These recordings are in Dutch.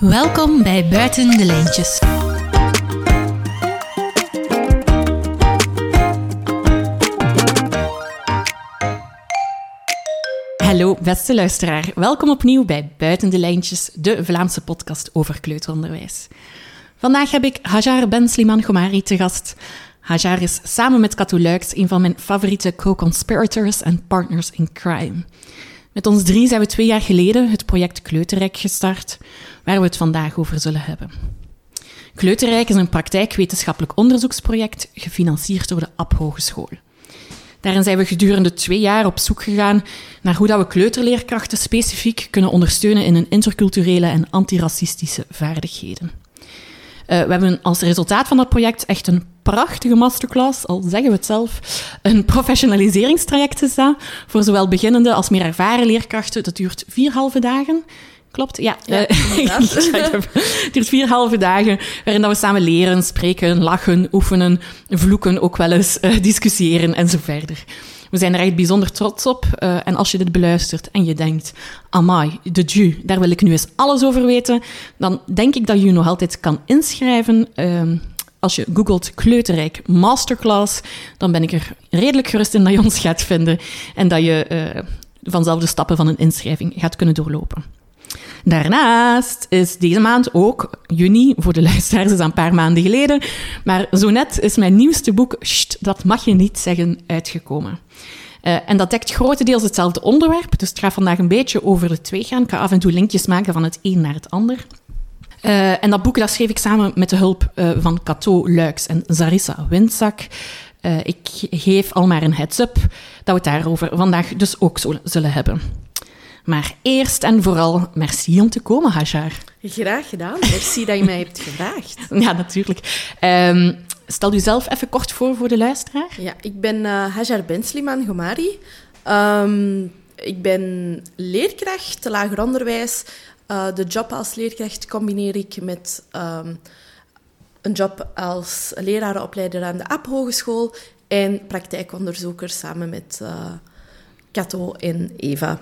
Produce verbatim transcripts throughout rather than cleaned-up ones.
Welkom bij Buiten de Lijntjes. Hallo beste luisteraar, welkom opnieuw bij Buiten de Lijntjes, de Vlaamse podcast over kleuteronderwijs. Vandaag heb ik Hajar Ben Sliman Gomari te gast. Hajar is samen met Cato Luijks een van mijn favoriete co-conspirators en partners in crime. Met ons drie zijn we twee jaar geleden het project Kleuterrijk gestart, waar we het vandaag over zullen hebben. Kleuterrijk is een praktijkwetenschappelijk onderzoeksproject gefinancierd door de A P Hogeschool. Daarin zijn we gedurende twee jaar op zoek gegaan naar hoe dat we kleuterleerkrachten specifiek kunnen ondersteunen in hun interculturele en antiracistische vaardigheden. Uh, we hebben als resultaat van dat project echt een prachtige masterclass, al zeggen we het zelf, een professionaliseringstraject gestaan voor zowel beginnende als meer ervaren leerkrachten. Dat duurt vier halve dagen. Klopt? Ja. ja Het duurt vier halve dagen, waarin we samen leren, spreken, lachen, oefenen, vloeken, ook wel eens uh, discussiëren en zo verder. We zijn er echt bijzonder trots op. Uh, en als je dit beluistert en je denkt, amai, de Dieu, daar wil ik nu eens alles over weten, dan denk ik dat je je nog altijd kan inschrijven. Uh, als je googelt Kleuterrijk Masterclass, dan ben ik er redelijk gerust in dat je ons gaat vinden en dat je uh, vanzelf de stappen van een inschrijving gaat kunnen doorlopen. Daarnaast is deze maand ook, juni, voor de luisteraars is dat een paar maanden geleden, maar zo net is mijn nieuwste boek, Sst, dat mag je niet zeggen, uitgekomen. Uh, en dat dekt grotendeels hetzelfde onderwerp, dus het gaat vandaag een beetje over de twee gaan. Ik ga af en toe linkjes maken van het een naar het ander. Uh, en dat boek dat schreef ik samen met de hulp uh, van Cato Luijks en Zarissa Windzak. Uh, ik geef al maar een heads-up dat we het daarover vandaag dus ook zo zullen hebben. Maar eerst en vooral, merci om te komen, Hajar. Graag gedaan. Merci dat je mij hebt gevraagd. Ja, natuurlijk. Um, stel u zelf even kort voor voor de luisteraar. Ja, ik ben uh, Hajar Ben Sliman Gomari. Um, ik ben leerkracht, lager onderwijs. Uh, de job als leerkracht combineer ik met um, een job als lerarenopleider aan de A P Hogeschool en praktijkonderzoeker samen met uh, Cato en Eva.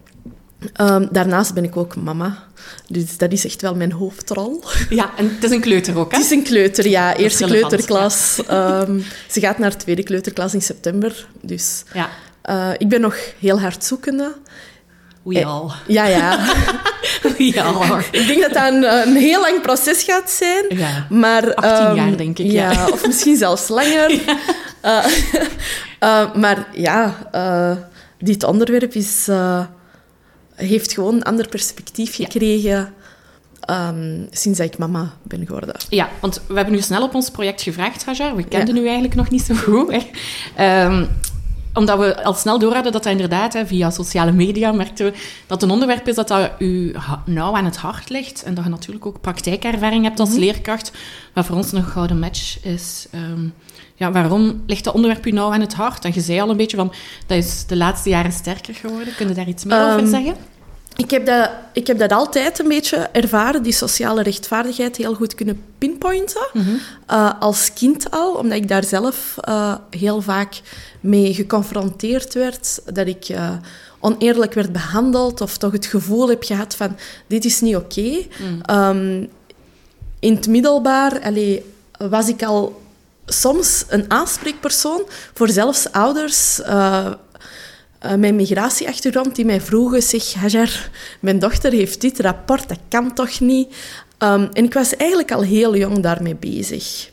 Um, daarnaast ben ik ook mama. Dus dat is echt wel mijn hoofdrol. Ja, en het is een kleuter ook, hè? Het is een kleuter, ja. Eerste kleuterklas. Ja. Um, ze gaat naar tweede kleuterklas in september. Dus ja. uh, ik ben nog heel hard zoekende. We all. Ja, ja. We all. Ik denk dat dat een, een heel lang proces gaat zijn. Ja, maar, achttien um, jaar, denk ik. Ja. Ja, of misschien zelfs langer. Ja. Uh, uh, maar ja, uh, dit onderwerp is... Uh, heeft gewoon een ander perspectief gekregen ja. um, sinds dat ik mama ben geworden. Ja, want we hebben nu snel op ons project gevraagd, Hajar. We kenden ja. u eigenlijk nog niet zo goed. Hè. Um, omdat we al snel door hadden dat dat inderdaad, hè, via sociale media, merkten we dat een onderwerp is dat, dat u nauw aan het hart ligt. En dat je natuurlijk ook praktijkervaring hebt als mm-hmm. leerkracht. Wat voor ons een gouden match is... Um, Ja, waarom ligt dat onderwerp u nou aan het hart? En je zei al een beetje van, dat is de laatste jaren sterker geworden. Kun je daar iets meer um, over zeggen? Ik heb, dat, ik heb dat altijd een beetje ervaren, die sociale rechtvaardigheid heel goed kunnen pinpointen. Mm-hmm. Uh, als kind al, omdat ik daar zelf uh, heel vaak mee geconfronteerd werd. Dat ik uh, oneerlijk werd behandeld of toch het gevoel heb gehad van, dit is niet oké. Okay. Mm. Um, in het middelbaar allee, was ik al... soms een aanspreekpersoon voor zelfs ouders uh, uh, met migratieachtergrond die mij vroegen, zeg, Hajar, mijn dochter heeft dit rapport, dat kan toch niet? Um, en ik was eigenlijk al heel jong daarmee bezig.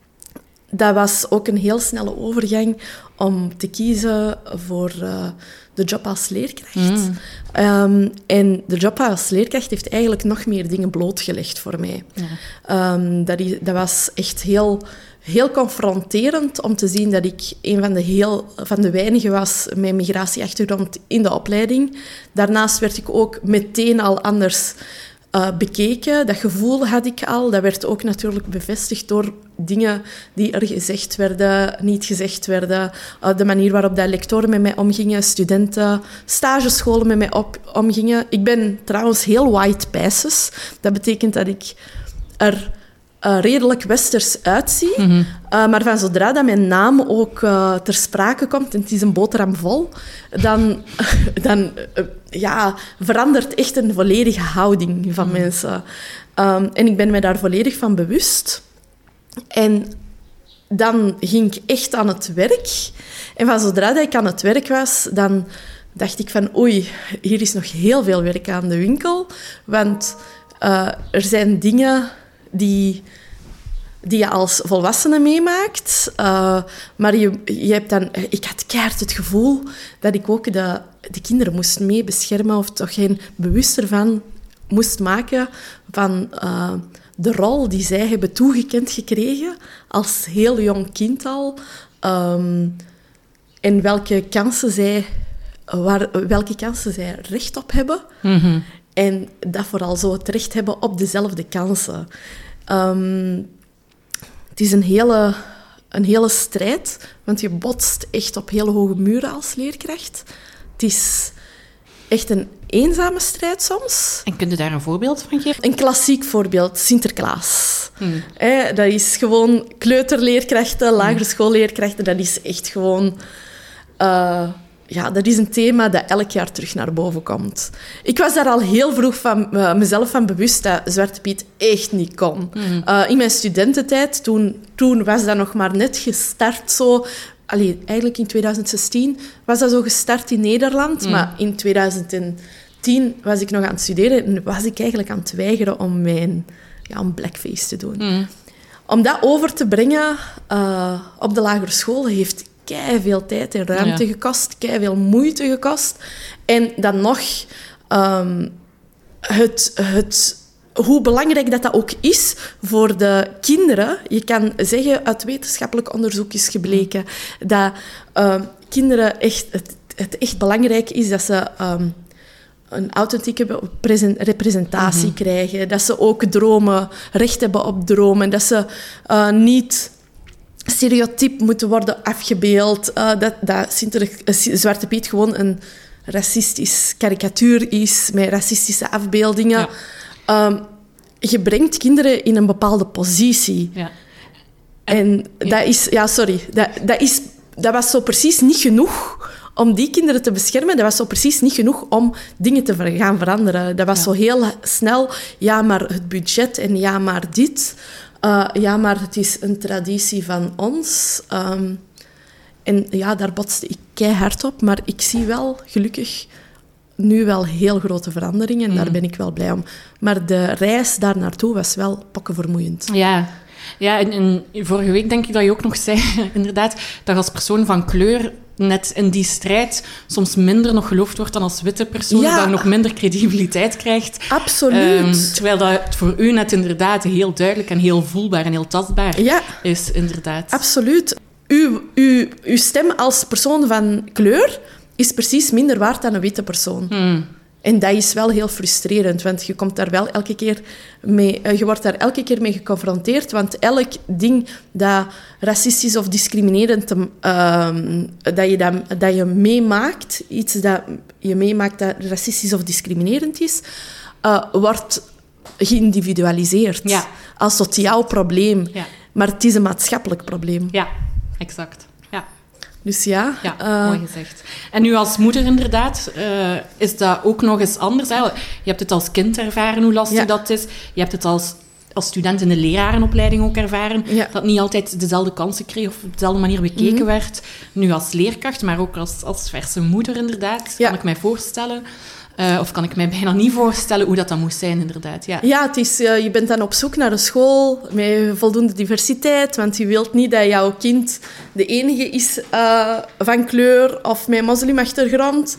Dat was ook een heel snelle overgang om te kiezen voor uh, de job als leerkracht. Mm. Um, en de job als leerkracht heeft eigenlijk nog meer dingen blootgelegd voor mij. Ja. Um, dat, is, dat was echt heel... Heel confronterend om te zien dat ik een van de, heel, van de weinigen was met migratieachtergrond in de opleiding. Daarnaast werd ik ook meteen al anders uh, bekeken. Dat gevoel had ik al. Dat werd ook natuurlijk bevestigd door dingen die er gezegd werden, niet gezegd werden. Uh, de manier waarop dat lectoren met mij omgingen, studenten, stagescholen met mij op, omgingen. Ik ben trouwens heel white passes. Dat betekent dat ik er... uh, redelijk westers uitzie. Mm-hmm. Uh, maar van zodra dat mijn naam ook uh, ter sprake komt, en het is een boterham vol, dan, dan uh, ja, verandert echt een volledige houding van mm-hmm. mensen. Um, en ik ben mij daar volledig van bewust. En dan ging ik echt aan het werk. En van zodra dat ik aan het werk was, dan dacht ik van oei, hier is nog heel veel werk aan de winkel. Want uh, er zijn dingen die, die je als volwassene meemaakt. Uh, maar je, je hebt dan... Ik had keihard het gevoel dat ik ook de, de kinderen moest mee beschermen of toch geen bewuster van moest maken van uh, de rol die zij hebben toegekend gekregen als heel jong kind al. Um, en welke kansen zij, waar, welke kansen zij recht op hebben. Mm-hmm. En dat vooral zo het recht hebben op dezelfde kansen. Um, het is een hele, een hele strijd, want je botst echt op hele hoge muren als leerkracht. Het is echt een eenzame strijd soms. En kun je daar een voorbeeld van geven? Een klassiek voorbeeld, Sinterklaas. Hmm. Eh, dat is gewoon kleuterleerkrachten, lagere schoolleerkrachten. Dat is echt gewoon... Uh, ja, dat is een thema dat elk jaar terug naar boven komt. Ik was daar al heel vroeg van uh, mezelf van bewust dat Zwarte Piet echt niet kon. Hmm. Uh, in mijn studententijd, toen, toen was dat nog maar net gestart zo... Allee, eigenlijk in twintig zestien was dat zo gestart in Nederland. Mm. Maar in twintig tien was ik nog aan het studeren en was ik eigenlijk aan het weigeren om mijn ja, om blackface te doen. Mm. Om dat over te brengen uh, op de lagere school heeft keiveel tijd en ruimte ja. gekost, keiveel moeite gekost. En dan nog um, het... het hoe belangrijk dat, dat ook is voor de kinderen. Je kan zeggen, uit wetenschappelijk onderzoek is gebleken dat uh, kinderen echt, het, het echt belangrijk is dat ze um, een authentieke representatie mm-hmm. krijgen. Dat ze ook dromen, recht hebben op dromen. Dat ze uh, niet stereotyp moeten worden afgebeeld. Uh, dat dat Sinter, uh, Zwarte Piet gewoon een racistisch karikatuur is met racistische afbeeldingen. Ja. Um, je brengt kinderen in een bepaalde positie. Ja. En, en ja. dat is... Ja, sorry. Dat, dat, is, dat was zo precies niet genoeg om die kinderen te beschermen. Dat was zo precies niet genoeg om dingen te gaan veranderen. Dat was ja. zo heel snel... Ja, maar het budget en ja, maar dit. Uh, ja, maar het is een traditie van ons. Um, en ja, daar botste ik keihard op. Maar ik zie wel, gelukkig... nu wel heel grote veranderingen en daar ben ik wel blij om. Maar de reis daar naartoe was wel pokkenvermoeiend. Ja, ja en, en vorige week denk ik dat je ook nog zei, inderdaad, dat als persoon van kleur net in die strijd soms minder nog geloofd wordt dan als witte persoon, ja. dat je nog minder credibiliteit krijgt. Absoluut. Um, terwijl dat voor u net inderdaad heel duidelijk en heel voelbaar en heel tastbaar ja. is, inderdaad. Absoluut. Uw, uw, uw stem als persoon van kleur... is precies minder waard dan een witte persoon. Hmm. En dat is wel heel frustrerend, want je komt daar wel elke keer mee, je wordt daar elke keer mee geconfronteerd, want elk ding dat racistisch of discriminerend uh, dat je, dat, dat je meemaakt, iets dat je meemaakt dat racistisch of discriminerend is, uh, wordt geïndividualiseerd ja. als tot jouw probleem. Ja. Maar het is een maatschappelijk probleem. Ja, exact. Dus ja... Ja, uh, mooi gezegd. En nu als moeder inderdaad, uh, is dat ook nog eens anders. Hè? Je hebt het als kind ervaren, hoe lastig ja. dat is. Je hebt het als, als student in de lerarenopleiding ook ervaren. Ja. Dat niet altijd dezelfde kansen kreeg of op dezelfde manier bekeken mm-hmm. werd. Nu als leerkracht, maar ook als, als verse moeder inderdaad, ja. kan ik mij voorstellen... Uh, of kan ik mij bijna niet voorstellen hoe dat dan moest zijn, inderdaad. Ja, ja het is, uh, je bent dan op zoek naar een school met voldoende diversiteit, want je wilt niet dat jouw kind de enige is uh, van kleur of met moslimachtergrond.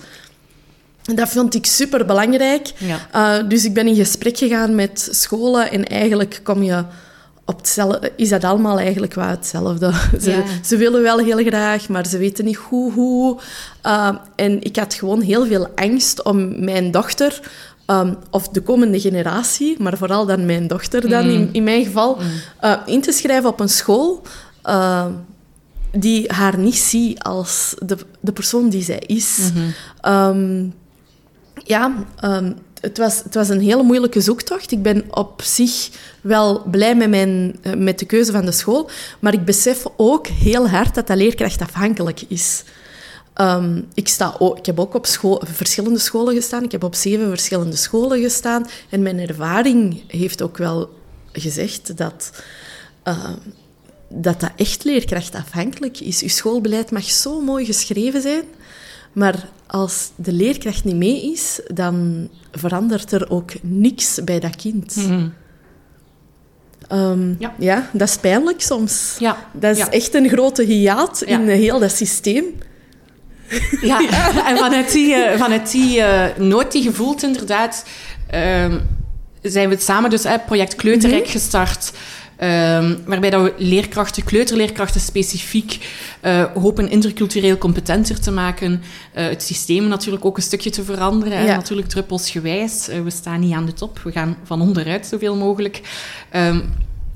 Dat vond ik superbelangrijk. Ja. Uh, dus ik ben in gesprek gegaan met scholen en eigenlijk kom je... Op hetzelfde, is dat allemaal eigenlijk wel hetzelfde. Ze, ja. ze willen wel heel graag, maar ze weten niet hoe. hoe. Uh, en ik had gewoon heel veel angst om mijn dochter, um, of de komende generatie, maar vooral dan mijn dochter dan, mm. in, in mijn geval, mm. uh, in te schrijven op een school uh, die haar niet ziet als de, de persoon die zij is. Mm-hmm. Um, ja, um, het, was, het was een hele moeilijke zoektocht. Ik ben op zich wel blij met, mijn, met de keuze van de school, maar ik besef ook heel hard dat dat leerkrachtafhankelijk is. Um, ik, sta ook, ik heb ook op school, verschillende scholen gestaan. Ik heb op zeven verschillende scholen gestaan. En mijn ervaring heeft ook wel gezegd dat uh, dat, dat echt leerkrachtafhankelijk is. Uw schoolbeleid mag zo mooi geschreven zijn, maar als de leerkracht niet mee is, dan verandert er ook niks bij dat kind. Mm-hmm. Um, ja. ja, dat is pijnlijk soms. Ja. Dat is ja. echt een grote hiaat ja. in heel dat systeem. Ja, ja. En vanuit die, uh, vanuit die uh, nood die gevoeld inderdaad, uh, zijn we het samen dus uh, project Kleuterrijk mm-hmm. gestart. Um, waarbij dat we leerkrachten, kleuterleerkrachten specifiek, uh, hopen intercultureel competenter te maken. Uh, het systeem natuurlijk ook een stukje te veranderen. Ja. Natuurlijk druppelsgewijs. Uh, we staan niet aan de top. We gaan van onderuit zoveel mogelijk. Um,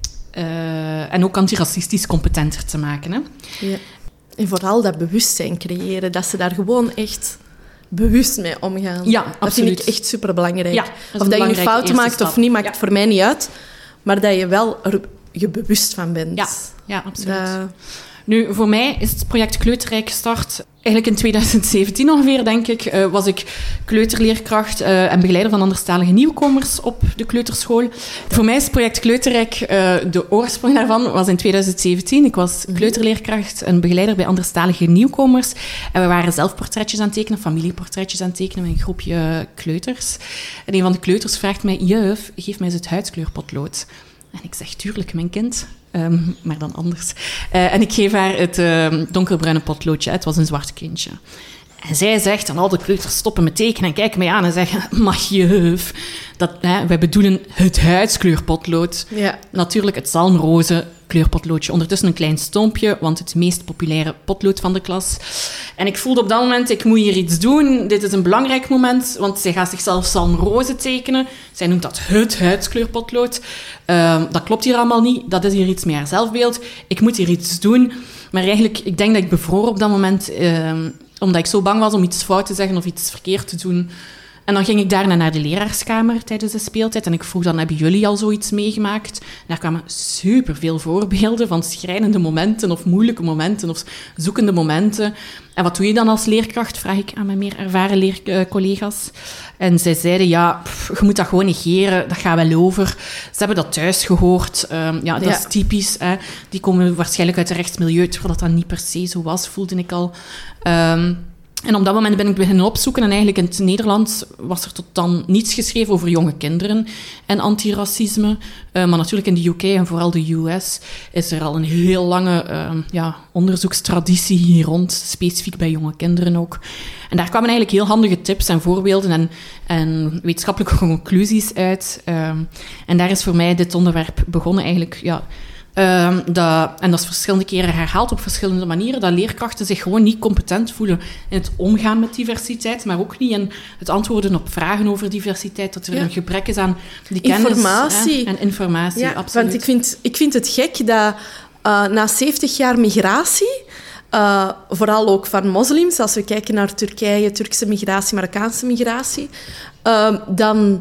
uh, en ook antiracistisch competenter te maken. Hè. Ja. En vooral dat bewustzijn creëren. Dat ze daar gewoon echt bewust mee omgaan. Ja, dat absoluut. vind ik echt superbelangrijk. Ja, dat of dat je nu fouten maakt stap. of niet, maakt ja. voor mij niet uit. Maar dat je wel er je bewust van bent. Ja, ja absoluut. Dat... Nu, voor mij is het project Kleuterrijk gestart. Eigenlijk in twintig zeventien ongeveer, denk ik, uh, was ik kleuterleerkracht uh, en begeleider van anderstalige nieuwkomers op de kleuterschool. Voor mij is het project Kleuterrijk, uh, de oorsprong daarvan was in twintig zeventien. Ik was kleuterleerkracht en begeleider bij anderstalige nieuwkomers. En we waren zelf portretjes aan het tekenen, familieportretjes aan het tekenen met een groepje kleuters. En een van de kleuters vraagt mij, juf, geef mij eens het huidskleurpotlood. En ik zeg, tuurlijk, mijn kind, um, maar dan anders. Uh, en ik geef haar het uh, donkerbruine potloodje. Het was een zwart kindje. En zij zegt, en al de kleuters stoppen met tekenen en kijken mij aan en zeggen, mag juf, dat, hè, wij bedoelen het huidskleurpotlood. Ja. Natuurlijk het zalmroze kleurpotloodje. Ondertussen een klein stoompje, want het meest populaire potlood van de klas. En ik voelde op dat moment, ik moet hier iets doen. Dit is een belangrijk moment, want zij gaat zichzelf zalmroze tekenen. Zij noemt dat het huidskleurpotlood. Uh, dat klopt hier allemaal niet. Dat is hier iets meer haar zelfbeeld. Ik moet hier iets doen. Maar eigenlijk, ik denk dat ik bevroor op dat moment, uh, omdat ik zo bang was om iets fout te zeggen of iets verkeerd te doen. En dan ging ik daarna naar de leraarskamer tijdens de speeltijd. En ik vroeg dan, hebben jullie al zoiets meegemaakt? En daar kwamen superveel voorbeelden van schrijnende momenten of moeilijke momenten of zoekende momenten. En wat doe je dan als leerkracht? Vraag ik aan mijn meer ervaren leer- uh, collega's. En zij zeiden, ja, pff, je moet dat gewoon negeren. Dat gaat wel over. Ze hebben dat thuis gehoord. Um, ja, dat ja. is typisch. Hè. Die komen waarschijnlijk uit een rechtsmilieu, terwijl dat dan niet per se zo was, voelde ik al. Um, En op dat moment ben ik beginnen opzoeken. En eigenlijk in het Nederlands was er tot dan niets geschreven over jonge kinderen en antiracisme. Uh, maar natuurlijk in de U K en vooral de U S is er al een heel lange uh, ja, onderzoekstraditie hier rond, specifiek bij jonge kinderen ook. En daar kwamen eigenlijk heel handige tips en voorbeelden en, en wetenschappelijke conclusies uit. Uh, en daar is voor mij dit onderwerp begonnen eigenlijk... Ja, Um, dat, en dat is verschillende keren herhaald op verschillende manieren, dat leerkrachten zich gewoon niet competent voelen in het omgaan met diversiteit, maar ook niet in het antwoorden op vragen over diversiteit, dat er ja. een gebrek is aan die kennis informatie. Hè, en informatie. Ja, absoluut. Want ik vind, ik vind het gek dat uh, na zeventig jaar migratie, uh, vooral ook van moslims, als we kijken naar Turkije, Turkse migratie, Marokkaanse migratie, uh, dan...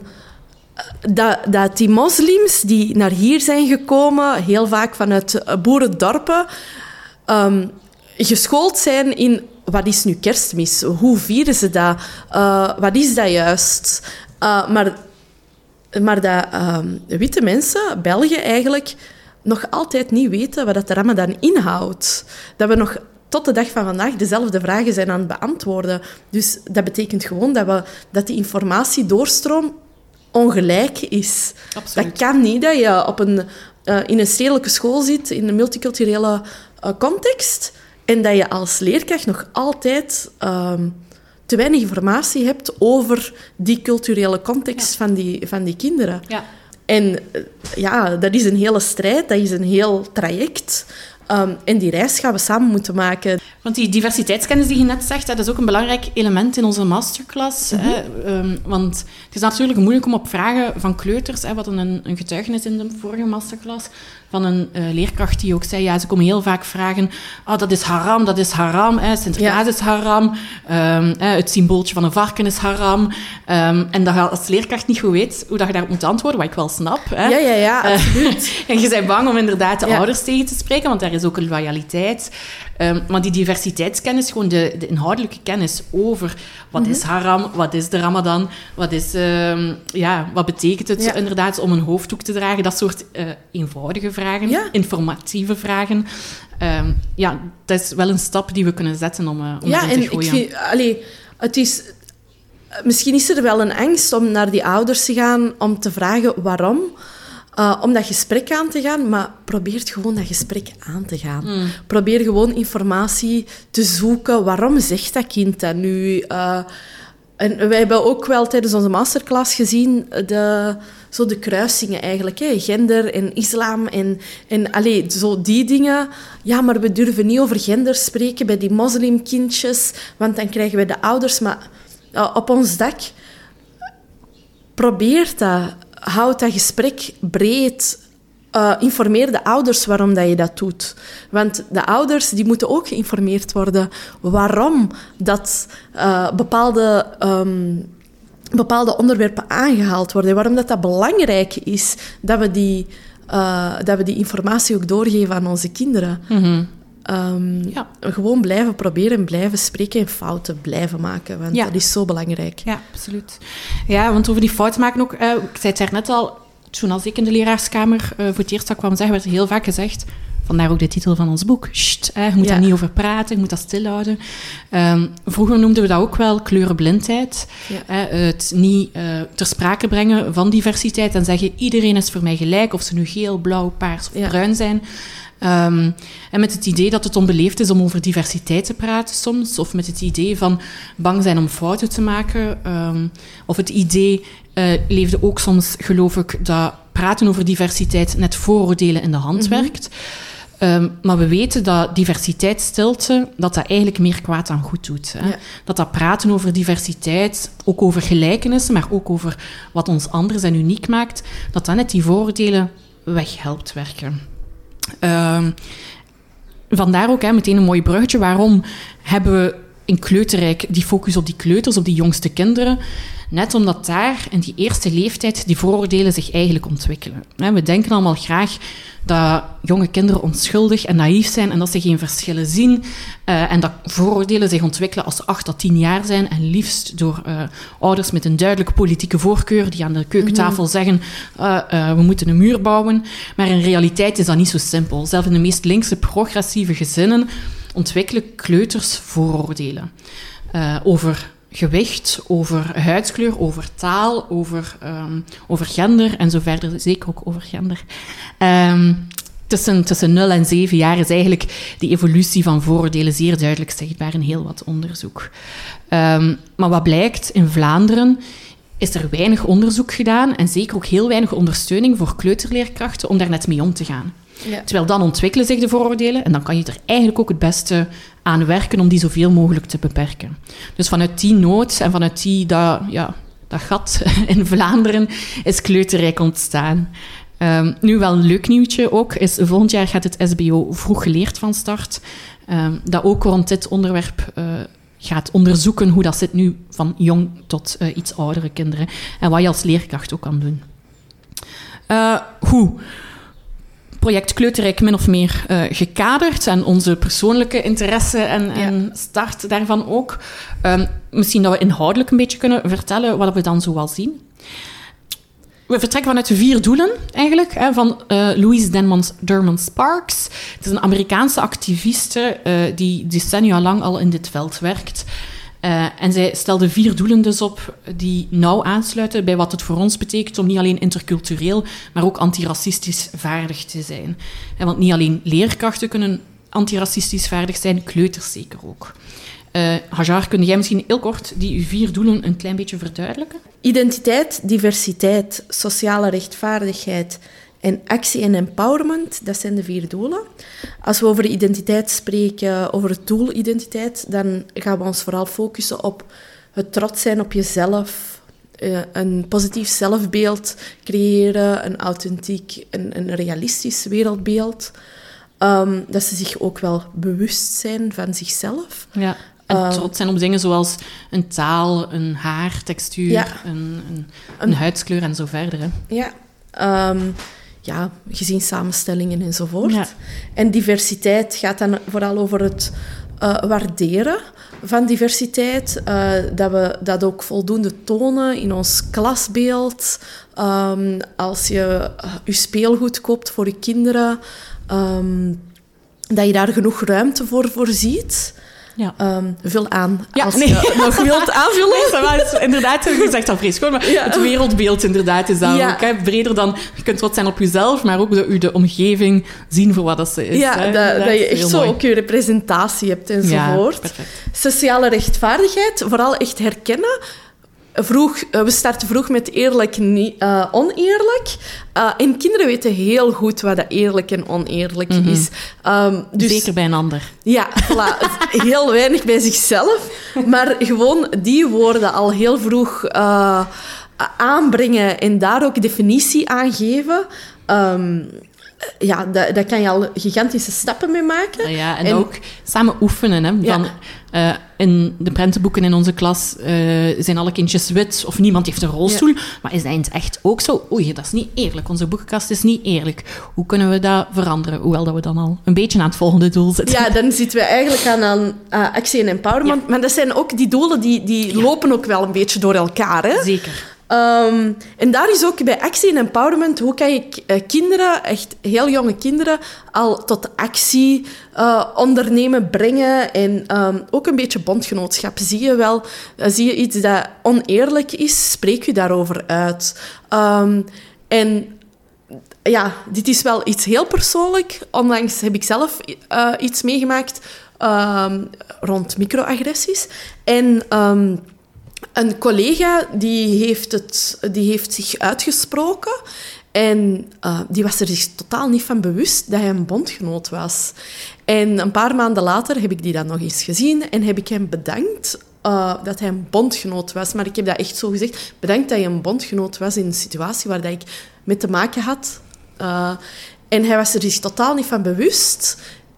Dat, dat die moslims die naar hier zijn gekomen, heel vaak vanuit boerendorpen, um, geschoold zijn in wat is nu kerstmis? Hoe vieren ze dat? Uh, wat is dat juist? Uh, maar, maar dat um, witte mensen, Belgen eigenlijk, nog altijd niet weten wat de Ramadan inhoudt. Dat we nog tot de dag van vandaag dezelfde vragen zijn aan het beantwoorden. Dus dat betekent gewoon dat, we, dat die informatiedoorstroom ongelijk is. Absoluut. Dat kan niet dat je op een, uh, in een stedelijke school zit, in een multiculturele uh, context, en dat je als leerkracht nog altijd uh, te weinig informatie hebt over die culturele context ja. van, die, van die kinderen. Ja. En uh, ja, dat is een hele strijd, dat is een heel traject. Um, en die reis gaan we samen moeten maken. Want die diversiteitskennis die je net zegt, dat is ook een belangrijk element in onze masterclass. Mm-hmm. Hè? Um, want het is natuurlijk moeilijk om op vragen van kleuters... Hè, we hadden een, een getuigenis in de vorige masterclass... van een uh, leerkracht die ook zei... Ja, ze komen heel vaak vragen... Oh, dat is haram, dat is haram. Hè, Sinterklaas ja. is haram. Um, hè, het symbooltje van een varken is haram. Um, en dat je als leerkracht niet goed weet hoe dat je daarop moet antwoorden, wat ik wel snap. Hè. Ja, ja, ja, absoluut. Uh, en je bent bang om inderdaad de ja. ouders tegen te spreken, want daar is ook een loyaliteit. Um, maar die diversiteitskennis, gewoon de, de inhoudelijke kennis over wat mm-hmm. is haram, wat is de ramadan, wat, is, um, ja, wat betekent het ja. inderdaad om een hoofddoek te dragen, dat soort uh, eenvoudige vragen, ja. informatieve vragen. Um, ja, dat is wel een stap die we kunnen zetten om, uh, om ja, erin te gooien. Ja, en ik vind, allee, het is... Misschien is er wel een angst om naar die ouders te gaan om te vragen waarom... Uh, om dat gesprek aan te gaan, maar probeer gewoon dat gesprek aan te gaan. Mm. Probeer gewoon informatie te zoeken. Waarom zegt dat kind dat nu? Uh, en wij hebben ook wel tijdens onze masterclass gezien de, zo de kruisingen eigenlijk. Hè? Gender en islam en, en allee, zo die dingen. Ja, maar we durven niet over gender spreken bij die moslimkindjes, want dan krijgen we de ouders maar uh, op ons dak. Probeer dat. Houd dat gesprek breed. Uh, informeer de ouders waarom dat je dat doet. Want de ouders die moeten ook geïnformeerd worden waarom dat uh, bepaalde, um, bepaalde onderwerpen aangehaald worden. Waarom dat, dat belangrijk is dat we, die, uh, dat we die informatie ook doorgeven aan onze kinderen. Mm-hmm. Um, ja. Gewoon blijven proberen, blijven spreken en fouten blijven maken. Want ja. dat is zo belangrijk. Ja, absoluut. Ja, want over die fouten maken ook... Uh, ik zei het daarnet al, toen als ik in de leraarskamer uh, voor het eerst kwam zeggen, werd er heel vaak gezegd... Vandaar ook de titel van ons boek. Sst, hè, je moet ja. daar niet over praten, je moet dat stilhouden. Um, vroeger noemden we dat ook wel kleurenblindheid. Ja. Hè, het niet uh, ter sprake brengen van diversiteit en zeggen iedereen is voor mij gelijk, of ze nu geel, blauw, paars of ja. bruin zijn... Um, en met het idee dat het onbeleefd is om over diversiteit te praten soms, of met het idee van bang zijn om fouten te maken, um, of het idee uh, leefde ook soms, geloof ik, dat praten over diversiteit net vooroordelen in de hand mm-hmm. werkt. Um, maar we weten dat diversiteitsstilte, dat dat eigenlijk meer kwaad dan goed doet. Hè? Ja. Dat dat praten over diversiteit, ook over gelijkenissen, maar ook over wat ons anders en uniek maakt, dat dat net die vooroordelen weghelpt werken. Um, vandaar ook hè, meteen een mooi bruggetje. Waarom hebben we in Kleuterrijk die focus op die kleuters, op die jongste kinderen? Net omdat daar in die eerste leeftijd die vooroordelen zich eigenlijk ontwikkelen. We denken allemaal graag dat jonge kinderen onschuldig en naïef zijn en dat ze geen verschillen zien. Uh, en dat vooroordelen zich ontwikkelen als ze acht tot tien jaar zijn en liefst door uh, ouders met een duidelijke politieke voorkeur die aan de keukentafel mm-hmm. zeggen uh, uh, we moeten een muur bouwen. Maar in realiteit is dat niet zo simpel. Zelfs in de meest linkse progressieve gezinnen ontwikkelen kleuters vooroordelen uh, over gewicht, over huidskleur, over taal, over, um, over gender en zo verder. Zeker ook over gender. Um, tussen, tussen nul en zeven jaar is eigenlijk die evolutie van vooroordelen zeer duidelijk zichtbaar in heel wat onderzoek. Um, maar wat blijkt, in Vlaanderen is er weinig onderzoek gedaan en zeker ook heel weinig ondersteuning voor kleuterleerkrachten om daar net mee om te gaan. Ja. Terwijl dan ontwikkelen zich de vooroordelen en dan kan je er eigenlijk ook het beste aan werken om die zoveel mogelijk te beperken. Dus vanuit die nood en vanuit die, dat, ja, dat gat in Vlaanderen is Kleuterrijk ontstaan. Um, nu wel een leuk nieuwtje ook, is volgend jaar gaat het S B O Vroeg Geleerd van start. Um, dat ook rond dit onderwerp uh, gaat onderzoeken hoe dat zit nu van jong tot uh, iets oudere kinderen. En wat je als leerkracht ook kan doen. Uh, hoe? Project Kleuterrijk min of meer uh, gekaderd en onze persoonlijke interesse en, ja. en start daarvan ook. Um, misschien dat we inhoudelijk een beetje kunnen vertellen wat we dan zoal zien. We vertrekken vanuit de vier doelen, eigenlijk, hè, van uh, Louise Denman Derman Sparks. Het is een Amerikaanse activiste uh, die decennia lang al in dit veld werkt. Uh, en zij stelde vier doelen dus op die nauw aansluiten bij wat het voor ons betekent om niet alleen intercultureel, maar ook antiracistisch vaardig te zijn. En want niet alleen leerkrachten kunnen antiracistisch vaardig zijn, kleuters zeker ook. Uh, Hajar, kun jij misschien heel kort die vier doelen een klein beetje verduidelijken? Identiteit, diversiteit, sociale rechtvaardigheid En actie en empowerment, dat zijn de vier doelen. Als we over identiteit spreken, over het doel identiteit, dan gaan we ons vooral focussen op het trots zijn op jezelf, een positief zelfbeeld creëren, een authentiek, een, een realistisch wereldbeeld. Um, dat ze zich ook wel bewust zijn van zichzelf. Ja. En uh, trots zijn op dingen zoals een taal, een haartextuur, ja. een, een, een, een huidskleur en zo verder. Hè. Ja, um, ja, gezinssamenstellingen enzovoort. Ja. En diversiteit gaat dan vooral over het uh, waarderen van diversiteit. Uh, dat we dat ook voldoende tonen in ons klasbeeld. Um, als je uh, je speelgoed koopt voor je kinderen, um, dat je daar genoeg ruimte voor voorziet. Ja. Um, vul aan ja, als nee. je nog wilt aanvullen. Nee, maar inderdaad, je zegt al vreselijk, maar ja. het wereldbeeld inderdaad is dan ja. ook hè, breder dan... Je kunt trots zijn op jezelf, maar ook de, de omgeving zien voor wat dat ze is. Ja, hè. Dat, dat je echt zo mooi. Ook je representatie hebt enzovoort. Ja, sociale rechtvaardigheid, vooral echt herkennen. Vroeg, we starten vroeg met eerlijk, niet, uh, oneerlijk. Uh, en kinderen weten heel goed wat dat eerlijk en oneerlijk mm-hmm. is. Um, dus, Zeker bij een ander. Ja, voilà, heel weinig bij zichzelf. Maar gewoon die woorden al heel vroeg uh, aanbrengen en daar ook definitie aan geven... Um, ja, daar, daar kan je al gigantische stappen mee maken. Ja, en, en ook samen oefenen. Hè, van, ja. uh, in de prentenboeken in onze klas uh, zijn alle kindjes wit of niemand heeft een rolstoel. Ja. Maar is dat in het echt ook zo? Oei, dat is niet eerlijk. Onze boekenkast is niet eerlijk. Hoe kunnen we dat veranderen? Hoewel dat we dan al een beetje aan het volgende doel zitten. Ja, dan zitten we eigenlijk aan, aan uh, actie en empowerment. Ja. Maar dat zijn ook die doelen die, die ja. lopen ook wel een beetje door elkaar. Hè? Zeker. Um, en daar is ook bij actie en empowerment, hoe kan je uh, kinderen, echt heel jonge kinderen, al tot actie uh, ondernemen, brengen en um, ook een beetje bondgenootschap. Zie je wel, uh, zie je iets dat oneerlijk is, spreek je daarover uit. Um, en ja, dit is wel iets heel persoonlijk. Onlangs heb ik zelf uh, iets meegemaakt um, rond microagressies. En... Um, Een collega die heeft, het, die heeft zich uitgesproken en uh, die was er zich totaal niet van bewust dat hij een bondgenoot was. En een paar maanden later heb ik die dan nog eens gezien en heb ik hem bedankt uh, dat hij een bondgenoot was. Maar ik heb dat echt zo gezegd, bedankt dat je een bondgenoot was in een situatie waar dat ik mee te maken had. Uh, en hij was er zich totaal niet van bewust.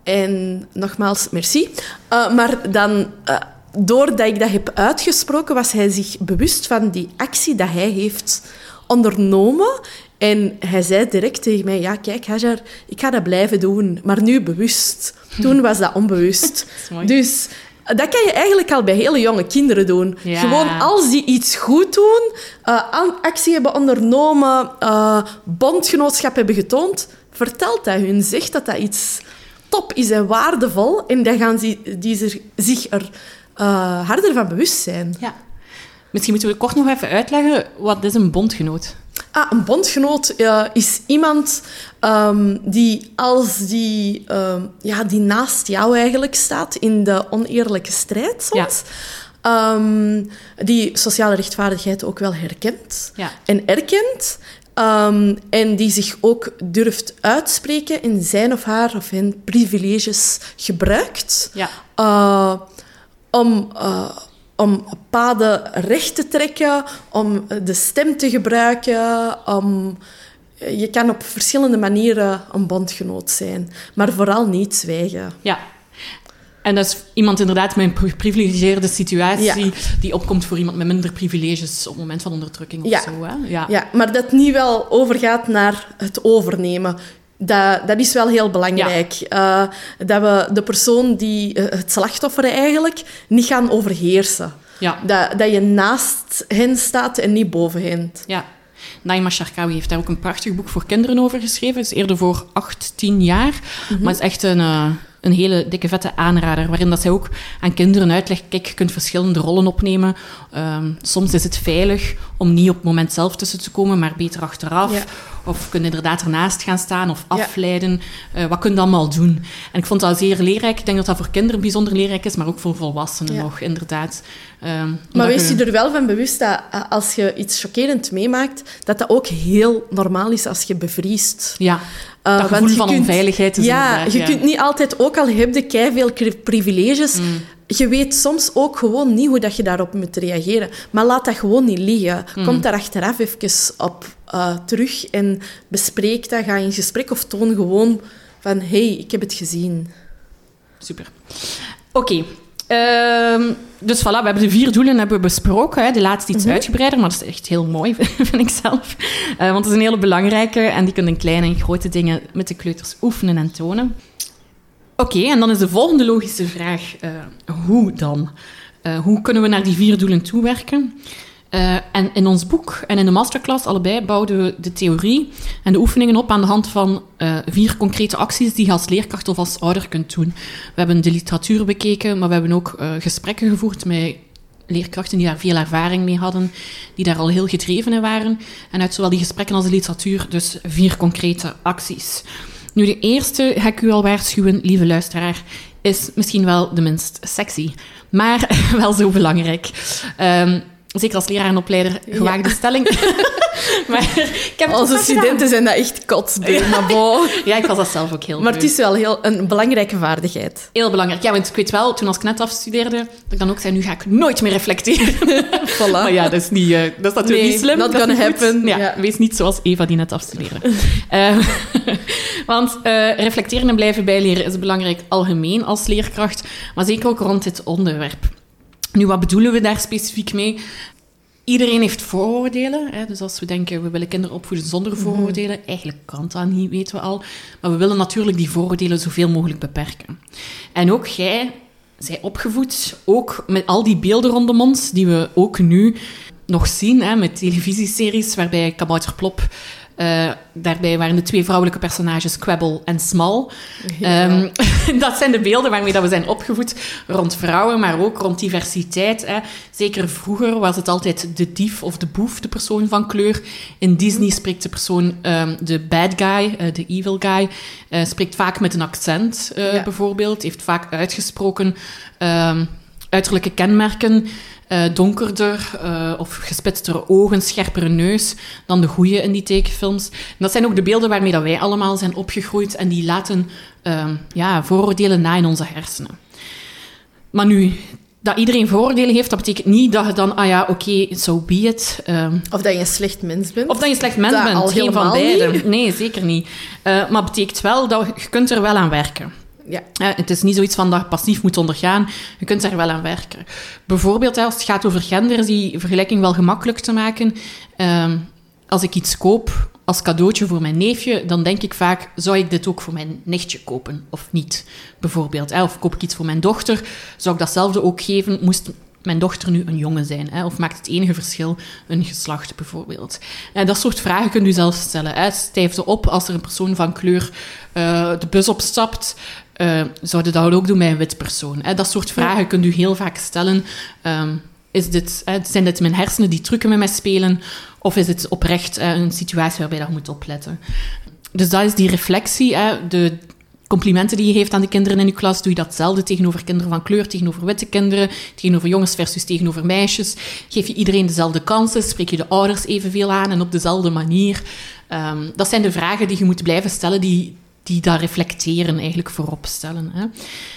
En nogmaals, merci. Uh, maar dan... Uh, Doordat ik dat heb uitgesproken, was hij zich bewust van die actie dat hij heeft ondernomen. En hij zei direct tegen mij, ja, kijk, Hajar, ik ga dat blijven doen, maar nu bewust. Toen was dat onbewust. Dat dus dat kan je eigenlijk al bij hele jonge kinderen doen. Ja. Gewoon als die iets goed doen, uh, actie hebben ondernomen, uh, bondgenootschap hebben getoond, vertelt dat hun, zegt dat dat iets top is en waardevol. En dan gaan die, die er, zich er... Uh, harder van bewust zijn. Ja. Misschien moeten we kort nog even uitleggen, wat is een bondgenoot? Ah, een bondgenoot uh, is iemand um, die, als die, um, ja, die naast jou eigenlijk staat in de oneerlijke strijd soms. Ja. Um, die sociale rechtvaardigheid ook wel herkent ja. en erkent. Um, en die zich ook durft uitspreken in zijn of haar of hun privileges gebruikt. Ja. Uh, Om, uh, om paden recht te trekken, om de stem te gebruiken. Om, je kan op verschillende manieren een bondgenoot zijn, maar vooral niet zwijgen. Ja. En dat is iemand inderdaad met een geprivilegeerde situatie ja. die opkomt voor iemand met minder privileges op het moment van onderdrukking of ja. zo. Hè? Ja. ja, maar dat niet wel overgaat naar het overnemen. Dat, dat is wel heel belangrijk. Ja. Uh, dat we de persoon die, uh, het slachtoffer eigenlijk, niet gaan overheersen. Ja. Dat, dat je naast hen staat en niet boven hen. Ja. Naima Charkaoui heeft daar ook een prachtig boek voor kinderen over geschreven. Het is eerder voor acht, tien jaar. Mm-hmm. Maar het is echt een, uh, een hele dikke, vette aanrader, waarin dat zij ook aan kinderen uitlegt, kijk, je kunt verschillende rollen opnemen. Um, soms is het veilig om niet op het moment zelf tussen te komen, maar beter achteraf. Ja. Of kun je inderdaad ernaast gaan staan of afleiden? Ja. Uh, wat kun je allemaal doen? En ik vond dat zeer leerrijk. Ik denk dat dat voor kinderen bijzonder leerrijk is, maar ook voor volwassenen ja. nog, inderdaad. Um, maar wees je er wel van bewust dat als je iets chockerend meemaakt, dat dat ook heel normaal is als je bevriest. Ja, dat uh, gevoel van kunt, onveiligheid is ja, je ja. kunt niet altijd, ook al heb je keiveel privileges, mm. je weet soms ook gewoon niet hoe dat je daarop moet reageren. Maar laat dat gewoon niet liggen. Mm. Kom daar achteraf even op uh, terug en bespreek dat. Ga in gesprek of toon gewoon van, hé, hey, ik heb het gezien. Super. Oké. Okay. Uh, dus voilà, we hebben de vier doelen hebben we besproken. Hè. De laatste iets mm-hmm. uitgebreider, maar dat is echt heel mooi, vind ik zelf. Uh, want het is een hele belangrijke en die kunnen kleine en grote dingen met de kleuters oefenen en tonen. Oké, okay, en dan is de volgende logische vraag, uh, hoe dan? Uh, hoe kunnen we naar die vier doelen toewerken? Uh, en in ons boek en in de masterclass allebei bouwden we de theorie en de oefeningen op aan de hand van uh, vier concrete acties die je als leerkracht of als ouder kunt doen. We hebben de literatuur bekeken, maar we hebben ook uh, gesprekken gevoerd met leerkrachten die daar veel ervaring mee hadden, die daar al heel gedreven in waren. En uit zowel die gesprekken als de literatuur dus vier concrete acties. Nu, de eerste, ga ik u al waarschuwen, lieve luisteraar, is misschien wel de minst sexy, maar wel zo belangrijk. Um, Zeker als leraar en opleider, gewaagde ja. stelling. Maar ik heb Onze studenten gedaan. Zijn dat echt kotsbeu, ja. maar bon. Ja, ik was dat zelf ook heel Maar beu. Het is wel heel, een belangrijke vaardigheid. Heel belangrijk. Ja, want ik weet wel, toen als ik net afstudeerde, dat ik dan ook zei, nu ga ik nooit meer reflecteren. Voilà. Maar ja, dat is, niet, uh, dat is natuurlijk nee, niet slim. Dat kan happen. Ja, ja. Wees niet zoals Eva die net afstudeerde. uh, want uh, reflecteren en blijven bijleren is belangrijk algemeen als leerkracht, maar zeker ook rond dit onderwerp. Nu, wat bedoelen we daar specifiek mee? Iedereen heeft vooroordelen. Hè? Dus als we denken, we willen kinderen opvoeden zonder vooroordelen, eigenlijk kan dat niet, weten we al. Maar we willen natuurlijk die vooroordelen zoveel mogelijk beperken. En ook jij zij opgevoed, ook met al die beelden rondom ons, die we ook nu nog zien, hè, met televisieseries, waarbij Kabouter Plop... Uh, daarbij waren de twee vrouwelijke personages Quibble en Small. Ja. Um, dat zijn de beelden waarmee dat we zijn opgevoed rond vrouwen, maar ook rond diversiteit. Hè. Zeker vroeger was het altijd de dief of de boef, de persoon van kleur. In Disney spreekt de persoon, um, de bad guy, uh, de evil guy, uh, spreekt vaak met een accent, uh, ja. bijvoorbeeld. Heeft vaak uitgesproken um, uiterlijke kenmerken. Uh, donkerder uh, of gespitster ogen, scherpere neus dan de goeie in die tekenfilms. En dat zijn ook de beelden waarmee dat wij allemaal zijn opgegroeid en die laten uh, ja, vooroordelen na in onze hersenen. Maar nu, dat iedereen vooroordelen heeft, dat betekent niet dat je dan, ah ja, oké, okay, so be it. Uh, of dat je een slecht mens bent. Of dat je een slecht mens dat bent, geen van beide. Nee, zeker niet. Uh, maar het betekent wel dat je kunt er wel aan werken. Ja. Uh, het is niet zoiets van dat je passief moet ondergaan. Je kunt daar wel aan werken. Bijvoorbeeld, als het gaat over gender, is die vergelijking wel gemakkelijk te maken. Uh, als ik iets koop als cadeautje voor mijn neefje, dan denk ik vaak, zou ik dit ook voor mijn nichtje kopen? Of niet, bijvoorbeeld. Hè? Of koop ik iets voor mijn dochter, zou ik datzelfde ook geven, moest mijn dochter nu een jongen zijn? Hè? Of maakt het enige verschil een geslacht, bijvoorbeeld? En dat soort vragen kunt u zelf stellen. Hè? Stijf op als er een persoon van kleur uh, de bus opstapt. Uh, zouden dat ook doen bij een wit persoon? Hè? Dat soort vragen ja. kunt u heel vaak stellen. Um, is dit, hè, zijn dit mijn hersenen die trucken met mij spelen? Of is het oprecht hè, een situatie waarbij je moet opletten? Dus dat is die reflectie. Hè? De complimenten die je geeft aan de kinderen in je klas, doe je datzelfde tegenover kinderen van kleur, tegenover witte kinderen, tegenover jongens versus tegenover meisjes. Geef je iedereen dezelfde kansen? Spreek je de ouders evenveel aan en op dezelfde manier? Um, dat zijn de vragen die je moet blijven stellen, die... die dat reflecteren eigenlijk voorop stellen. Hè.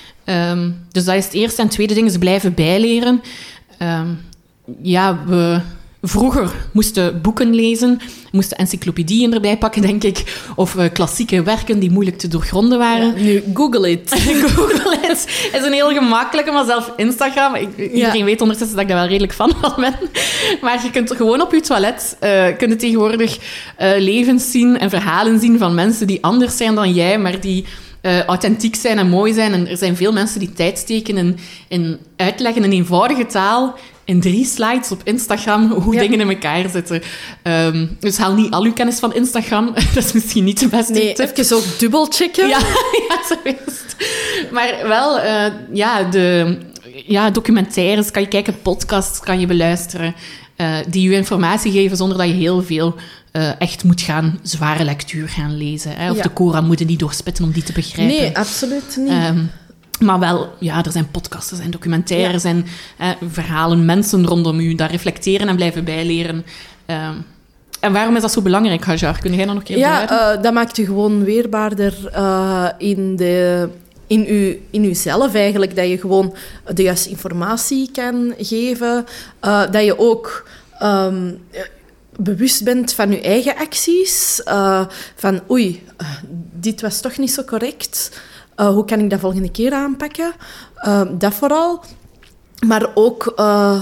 Um, dus dat is het eerste. En het tweede ding is blijven bijleren. Um, ja, we vroeger moesten boeken lezen, moesten encyclopedieën erbij pakken, denk ik, of uh, klassieke werken die moeilijk te doorgronden waren. Ja, nu, Google it. Google it is een heel gemakkelijke, maar zelf Instagram, ik, iedereen ja. weet ondertussen dat ik daar wel redelijk van ben. Maar je kunt gewoon op je toilet uh, kun je tegenwoordig uh, levens zien en verhalen zien van mensen die anders zijn dan jij, maar die uh, authentiek zijn en mooi zijn. En er zijn veel mensen die tijd steken in, in uitleggen in eenvoudige taal, in drie slides op Instagram, hoe ja. dingen in elkaar zitten. Um, dus haal niet al uw kennis van Instagram. Dat is misschien niet de beste nee, tip. Even ook dubbelchecken. Ja, ja, zo is het. Maar wel, uh, ja, de ja, documentaires kan je kijken, podcasts kan je beluisteren. uh, die je informatie geven zonder dat je heel veel uh, echt moet gaan zware lectuur gaan lezen. Hè? Of ja. de Koran moeten die doorspitten om die te begrijpen. Nee, absoluut niet. Um, maar wel, ja, er zijn podcasts, er zijn documentaires ja. en uh, verhalen, mensen rondom u, daar reflecteren en blijven bijleren. Um, En waarom is dat zo belangrijk, Hajar? Kun jij dat nog een keer Ja, uh, dat maakt je gewoon weerbaarder uh, in, de, in, u, in uzelf eigenlijk. Dat je gewoon de juiste informatie kan geven. Uh, dat je ook um, bewust bent van je eigen acties. Uh, van, oei, uh, dit was toch niet zo correct. Uh, hoe kan ik dat volgende keer aanpakken? Uh, dat vooral. Maar ook... Uh,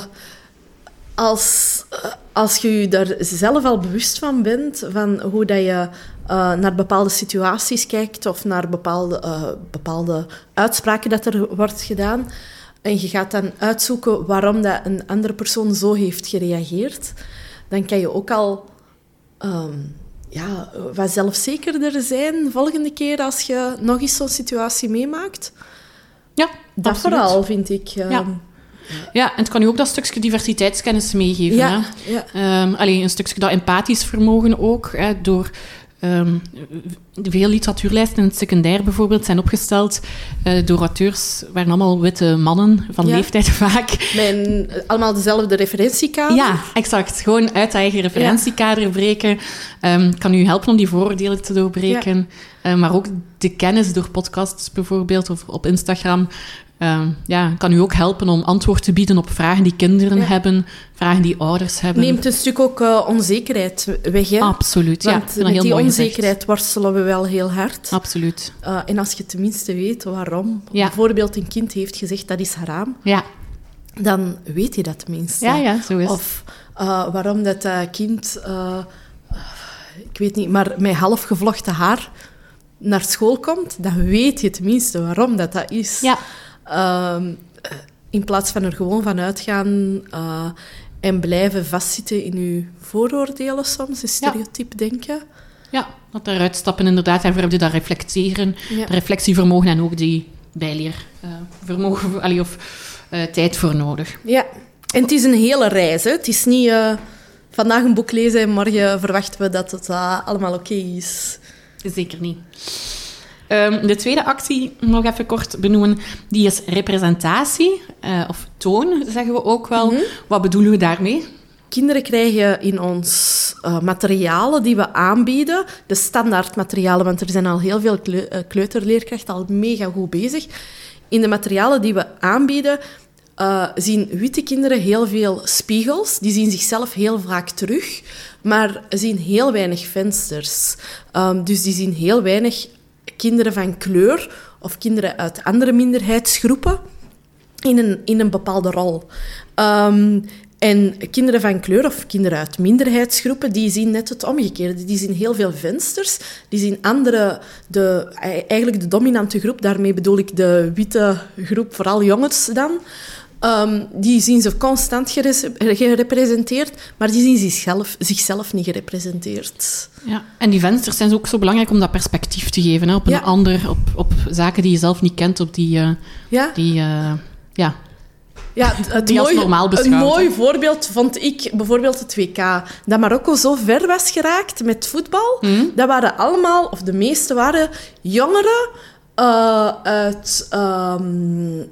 Als, als je je daar zelf al bewust van bent, van hoe dat je uh, naar bepaalde situaties kijkt of naar bepaalde, uh, bepaalde uitspraken dat er wordt gedaan, en je gaat dan uitzoeken waarom dat een andere persoon zo heeft gereageerd, dan kan je ook al um, ja, wat zelfzekerder zijn de volgende keer als je nog eens zo'n situatie meemaakt. Ja, dat absoluut. Vooral, vind ik. Um, ja. Ja, en het kan je ook dat stukje diversiteitskennis meegeven. Ja, hè? ja. Um, allee, een stukje dat empathisch vermogen ook. Hè, door um, veel literatuurlijsten in het secundair bijvoorbeeld zijn opgesteld uh, door auteurs, waren allemaal witte mannen van ja. leeftijd vaak. Met allemaal dezelfde referentiekader. Ja, exact. Gewoon uit je eigen referentiekader ja. breken. Um, kan u helpen om die vooroordelen te doorbreken. Ja. Uh, maar ook de kennis door podcasts bijvoorbeeld of op Instagram... Uh, ja, kan u ook helpen om antwoord te bieden op vragen die kinderen ja. hebben, vragen die ouders hebben. Neemt een stuk ook uh, onzekerheid weg, hè? Absoluut, ja. Want met heel die mooi onzekerheid gezegd. worstelen we wel heel hard. Absoluut. Uh, en als je tenminste weet waarom, ja. bijvoorbeeld een kind heeft gezegd dat is haram, ja. dan weet je dat tenminste. Ja, ja, zo is Of uh, waarom dat uh, kind, uh, ik weet niet, maar met half gevlochten haar naar school komt, dan weet je tenminste waarom dat, dat is. Ja. Uh, in plaats van er gewoon van uitgaan uh, en blijven vastzitten in je vooroordelen soms, een stereotype ja. denken. Ja, dat eruit stappen inderdaad. En voor je dat reflecteren, ja. reflectievermogen en ook die bijleervermogen uh, allee, of uh, tijd voor nodig. Ja, en het is een hele reis. Hè. Het is niet uh, vandaag een boek lezen en morgen verwachten we dat het uh, allemaal oké okay is. Zeker niet. Um, de tweede actie, nog even kort benoemen, die is representatie, uh, of toon, zeggen we ook wel. Mm-hmm. Wat bedoelen we daarmee? Kinderen krijgen in ons uh, materialen die we aanbieden, de standaardmaterialen, want er zijn al heel veel kleu- uh, kleuterleerkrachten al mega goed bezig. In de materialen die we aanbieden, uh, zien witte kinderen heel veel spiegels. Die zien zichzelf heel vaak terug, maar zien heel weinig vensters. Um, dus die zien heel weinig kinderen van kleur of kinderen uit andere minderheidsgroepen in een, in een bepaalde rol. Um, en kinderen van kleur of kinderen uit minderheidsgroepen, die zien net het omgekeerde. Die zien heel veel vensters. Die zien andere, de, eigenlijk de dominante groep, daarmee bedoel ik de witte groep, vooral jongens dan. Um, die zien ze constant gerepresenteerd, maar die zien zichzelf, zichzelf niet gerepresenteerd. Ja, en die vensters zijn ook zo belangrijk om dat perspectief te geven, hè, op een ja. ander, op, op zaken die je zelf niet kent, op die... Uh, ja. die uh, ja. Ja, het die als mooi, normaal beschouwd. Een mooi voorbeeld vond ik bijvoorbeeld het W K. Dat Marokko zo ver was geraakt met voetbal, mm. dat waren allemaal, of de meeste waren jongeren uh, uit... Um,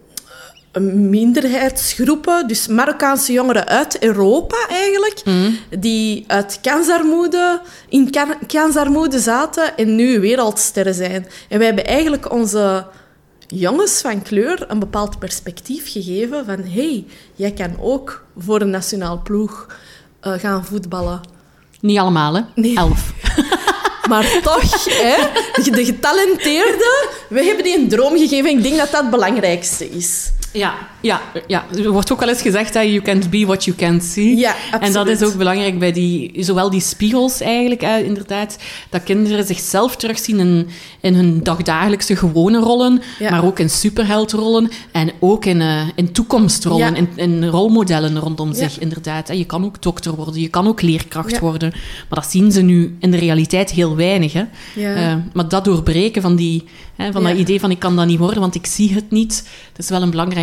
minderheidsgroepen, dus Marokkaanse jongeren uit Europa eigenlijk, mm. die uit kansarmoede, in kan, kansarmoede zaten en nu wereldsterren zijn. En wij hebben eigenlijk onze jongens van kleur een bepaald perspectief gegeven van hey, jij kan ook voor een nationaal ploeg uh, gaan voetballen. Niet allemaal, hè? Nee. Elf. Maar toch, hè, de getalenteerden, we hebben die een droom gegeven en ik denk dat dat het belangrijkste is. Ja, ja, ja, er wordt ook wel eens gezegd dat you can't be what you can't see. Ja, absoluut. En dat is ook belangrijk bij die, zowel die spiegels eigenlijk, eh, inderdaad, dat kinderen zichzelf terugzien in, in hun dagdagelijkse gewone rollen, ja. maar ook in superheldrollen en ook in, uh, in toekomstrollen, ja. in, in rolmodellen rondom ja. zich, inderdaad. Je kan ook dokter worden, je kan ook leerkracht ja. worden, maar dat zien ze nu in de realiteit heel weinig. Hè. Ja. Uh, maar dat doorbreken van, die, hè, van ja. dat idee van ik kan dat niet worden, want ik zie het niet, dat is wel een belangrijke rol, inderdaad.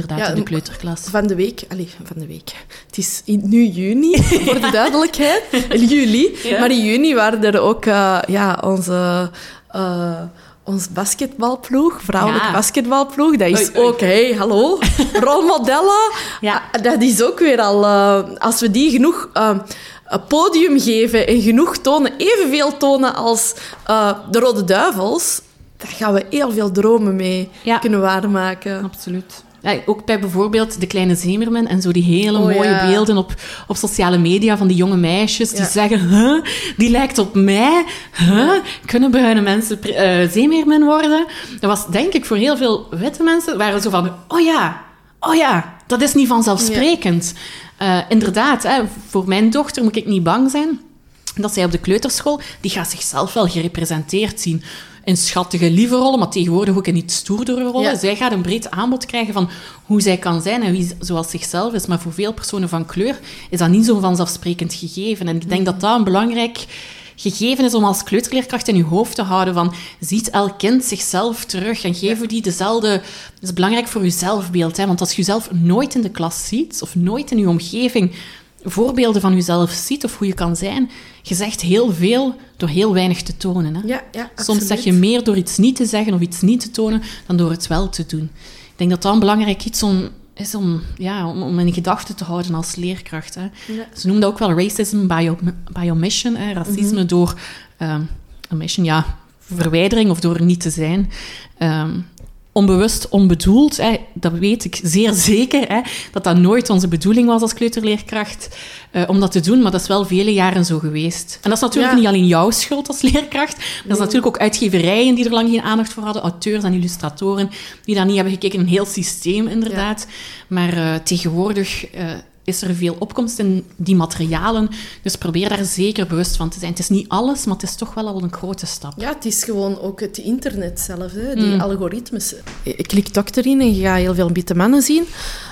inderdaad Ja, in de kleuterklas. Van de week... Allee, van de week. Het is in, nu juni, voor de duidelijkheid. Juli. Ja. Maar in juni waren er ook uh, ja, onze... Uh, ons basketbalploeg, vrouwelijke Ja. basketbalploeg, dat is Oei, oei. ook, hé, hallo, rolmodellen. Ja. Dat is ook weer al... Uh, als we die genoeg... Uh, een podium geven en genoeg tonen, evenveel tonen als uh, de Rode Duivels, daar gaan we heel veel dromen mee Ja. kunnen waarmaken. Absoluut. Ja, ook bij bijvoorbeeld de kleine Zemerman en zo die hele Oh, mooie ja. beelden op, op sociale media van die jonge meisjes die Ja. zeggen, huh, die lijkt op mij. Huh? Kunnen bruine mensen uh, Zeemeermin worden? Dat was denk ik voor heel veel witte mensen, waren zo van, oh ja, oh ja, dat is niet vanzelfsprekend. Ja. Uh, inderdaad, hè, voor mijn dochter moet ik niet bang zijn dat zij op de kleuterschool, die gaat zichzelf wel gerepresenteerd zien in schattige, lieve rollen, maar tegenwoordig ook in iets stoerdere rollen. Ja. Zij gaat een breed aanbod krijgen van hoe zij kan zijn en wie zoals zichzelf is. Maar voor veel personen van kleur is dat niet zo vanzelfsprekend gegeven. En ik denk dat dat een belangrijk gegeven is om als kleuterleerkracht in je hoofd te houden van ziet elk kind zichzelf terug en geven die dezelfde... Dat is belangrijk voor je zelfbeeld, hè? Want als je jezelf nooit in de klas ziet of nooit in je omgeving voorbeelden van jezelf ziet of hoe je kan zijn, je zegt heel veel door heel weinig te tonen. Hè? Ja, ja, Soms zeg je meer door iets niet te zeggen of iets niet te tonen dan door het wel te doen. Ik denk dat dat een belangrijk iets om, is om, ja, om, om in gedachten te houden als leerkracht. Hè? Ja. Ze noemen dat ook wel racism by, by omission, hè? Racisme mm-hmm. door um, omission, ja, verwijdering of door niet te zijn. Um, Onbewust, onbedoeld, hè, dat weet ik zeer zeker, hè, dat dat nooit onze bedoeling was als kleuterleerkracht uh, om dat te doen, maar dat is wel vele jaren zo geweest. En dat is natuurlijk ja. niet alleen jouw schuld als leerkracht, maar dat is natuurlijk ook uitgeverijen die er lang geen aandacht voor hadden, auteurs en illustratoren die daar niet hebben gekeken, een heel systeem inderdaad. Ja. Maar uh, tegenwoordig... Uh, is er veel opkomst in die materialen. Dus probeer daar zeker bewust van te zijn. Het is niet alles, maar het is toch wel al een grote stap. Ja, het is gewoon ook het internet zelf, hè, die mm. algoritmes. Je klikt ook erin en je gaat heel veel witte mannen zien.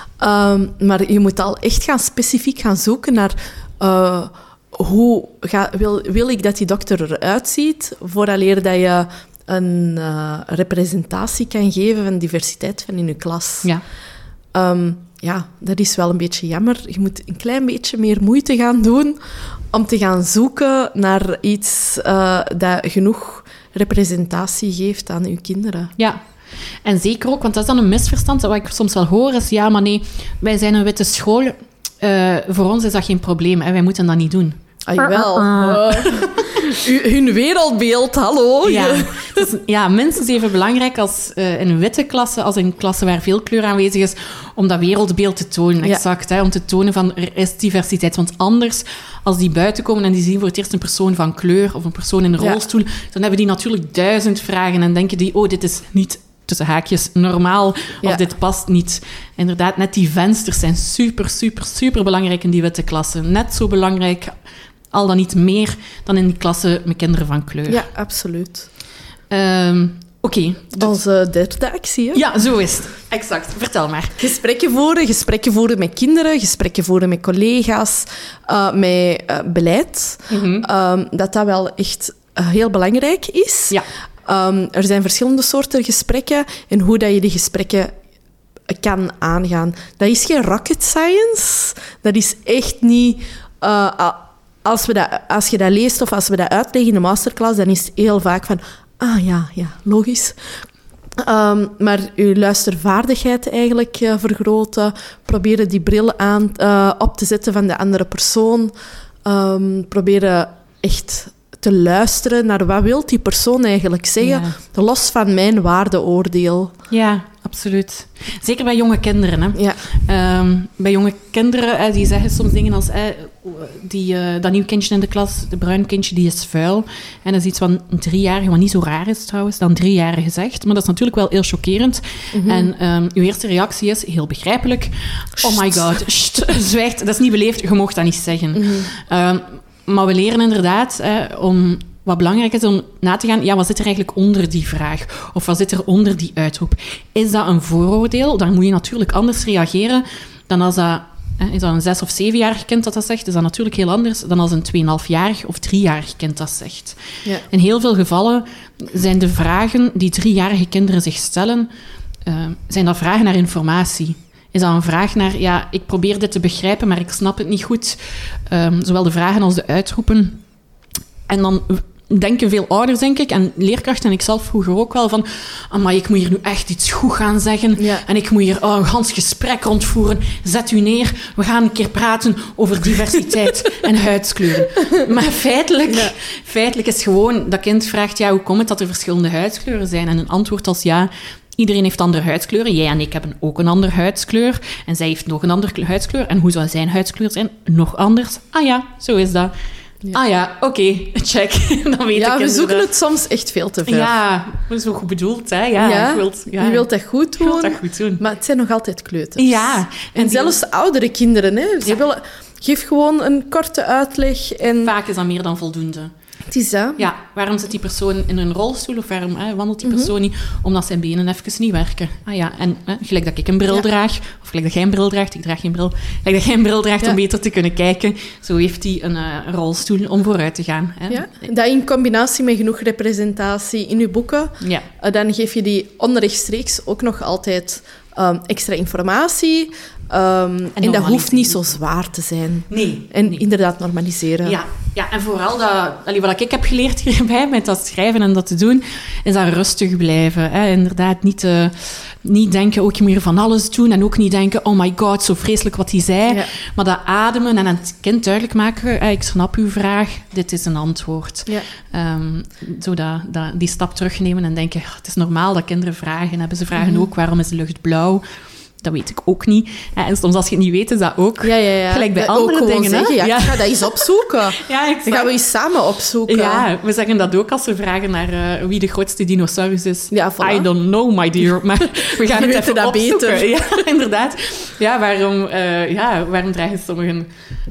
Um, maar je moet al echt gaan specifiek gaan zoeken naar... Uh, hoe ga, wil, wil ik dat die dokter eruit ziet, vooraleer dat je een uh, representatie kan geven van diversiteit van in je klas. Ja. Um, Ja, dat is wel een beetje jammer. Je moet een klein beetje meer moeite gaan doen om te gaan zoeken naar iets uh, dat genoeg representatie geeft aan uw kinderen. Ja, en zeker ook, want dat is dan een misverstand. Wat ik soms wel hoor is, ja, maar nee, wij zijn een witte school. Uh, voor ons is dat geen probleem en wij moeten dat niet doen. Ah, wel. Uh, hun wereldbeeld, hallo. Ja, dus, ja, minstens even belangrijk als uh, in een witte klasse, als in klassen waar veel kleur aanwezig is, om dat wereldbeeld te tonen, exact. Ja. Hè, om te tonen van, er is diversiteit. Want anders, als die buiten komen en die zien voor het eerst een persoon van kleur of een persoon in een rolstoel, ja. dan hebben die natuurlijk duizend vragen en denken die, oh, dit is niet... tussen haakjes, normaal, of ja. dit past niet. Inderdaad, net die vensters zijn super, super, super belangrijk in die witte klassen. Net zo belangrijk, al dan niet meer, dan in die klassen met kinderen van kleur. Ja, absoluut. Um, Oké. Okay, dus... Onze derde actie, hè? Ja, zo is het. Exact. Vertel maar. Gesprekken voeren, gesprekken voeren met kinderen, gesprekken voeren met collega's, uh, met uh, beleid. Mm-hmm. Um, dat dat wel echt uh, heel belangrijk is. Ja. Um, er zijn verschillende soorten gesprekken en hoe dat je die gesprekken kan aangaan. Dat is geen rocket science. Dat is echt niet... Uh, als, we dat, als je dat leest of als we dat uitleggen in de masterclass, dan is het heel vaak van... Ah ja, ja, logisch. Um, maar je luistervaardigheid eigenlijk uh, vergroten. Proberen die bril aan, uh, op te zetten van de andere persoon. Um, proberen echt... te luisteren naar wat wil die persoon eigenlijk zeggen, ja. los van mijn waardeoordeel. Ja, absoluut. Zeker bij jonge kinderen. Hè. Ja. Um, bij jonge kinderen, hè, die zeggen soms dingen als hè, die, uh, dat nieuw kindje in de klas, de bruin kindje, die is vuil. En dat is iets van een driejarige, wat niet zo raar is trouwens, dan driejarige zegt. Maar dat is natuurlijk wel heel chockerend. Mm-hmm. En um, uw eerste reactie is, heel begrijpelijk, oh my god, sst, zwijgt, dat is niet beleefd, je mag dat niet zeggen. Mm-hmm. Um, Maar we leren inderdaad, hè, om, wat belangrijk is om na te gaan, ja, wat zit er eigenlijk onder die vraag? Of wat zit er onder die uitroep? Is dat een vooroordeel? Dan moet je natuurlijk anders reageren dan als dat... Hè, is dat een zes- of zevenjarig kind dat dat zegt? Is dat natuurlijk heel anders dan als een tweeënhalfjarig of driejarig kind dat zegt. Ja. In heel veel gevallen zijn de vragen die driejarige kinderen zich stellen, uh, zijn dat vragen naar informatie. is dat een vraag naar... Ja, ik probeer dit te begrijpen, maar ik snap het niet goed. Um, zowel de vragen als de uitroepen. En dan... denken veel ouders, denk ik, en leerkrachten en ik zelf vroeger ook wel, van amai, ik moet hier nu echt iets goed gaan zeggen ja. en ik moet hier oh, een gans gesprek rondvoeren. Zet u neer, we gaan een keer praten over diversiteit en huidskleuren. Maar feitelijk, ja. feitelijk is gewoon, dat kind vraagt, ja, hoe komt het dat er verschillende huidskleuren zijn? En een antwoord als ja... Iedereen heeft andere huidskleuren. Jij en ik hebben ook een andere huidskleur. En zij heeft nog een andere huidskleur. En hoe zou zijn huidskleur zijn? Nog anders. Ah ja, zo is dat. Ja. Ah ja, oké, okay, check. Dan weet ja, ik we zoeken dat. het soms echt veel te ver. Ja, dat is wel goed bedoeld, hè. Ja, ja, je, wilt, ja. je wilt dat goed doen, je wilt dat goed doen. Maar het zijn nog altijd kleuters. Ja. En, en die... zelfs oudere kinderen, hè. Ze ja. willen... Geef gewoon een korte uitleg. En... Vaak is dat meer dan voldoende. Het is dat. Ja, waarom zit die persoon in een rolstoel of waarom hè, wandelt die persoon mm-hmm. niet? Omdat zijn benen even niet werken. Ah ja, en hè, gelijk dat ik een bril ja. draag, of gelijk dat jij een bril draagt, ik draag geen bril, gelijk dat jij een bril draagt ja. om beter te kunnen kijken, zo heeft hij een uh, rolstoel om vooruit te gaan. Hè. Ja, dat in combinatie met genoeg representatie in je boeken, ja. uh, dan geef je die onrechtstreeks ook nog altijd um, extra informatie. Um, en, en dat hoeft niet zo zwaar te zijn. Nee. En nee. inderdaad normaliseren. Ja, ja en vooral dat, allee, wat ik heb geleerd hierbij, met dat schrijven en dat te doen, is dat rustig blijven. Hè. Inderdaad, niet, uh, niet denken, ook je moet hier van alles doen. En ook niet denken, oh my god, zo vreselijk wat hij zei. Ja. Maar dat ademen en aan het kind duidelijk maken, hey, ik snap uw vraag, dit is een antwoord. Ja. Um, zo dat, dat, die stap terugnemen en denken, het is normaal dat kinderen vragen hebben. Ze vragen mm-hmm. ook, waarom is de lucht blauw? Dat weet ik ook niet. En soms als je het niet weet, is dat ook ja, ja, ja. gelijk bij dat andere dingen. Zeggen, ja, ja. Ik ga dat eens opzoeken. Ja, exact. Dan gaan we eens samen opzoeken. Ja, we zeggen dat ook als we vragen naar uh, wie de grootste dinosaurus is. Ja, voilà. I don't know, my dear. Maar we gaan het even dat opzoeken. Beter. Ja, inderdaad. Ja, waarom, uh, ja, waarom dragen sommigen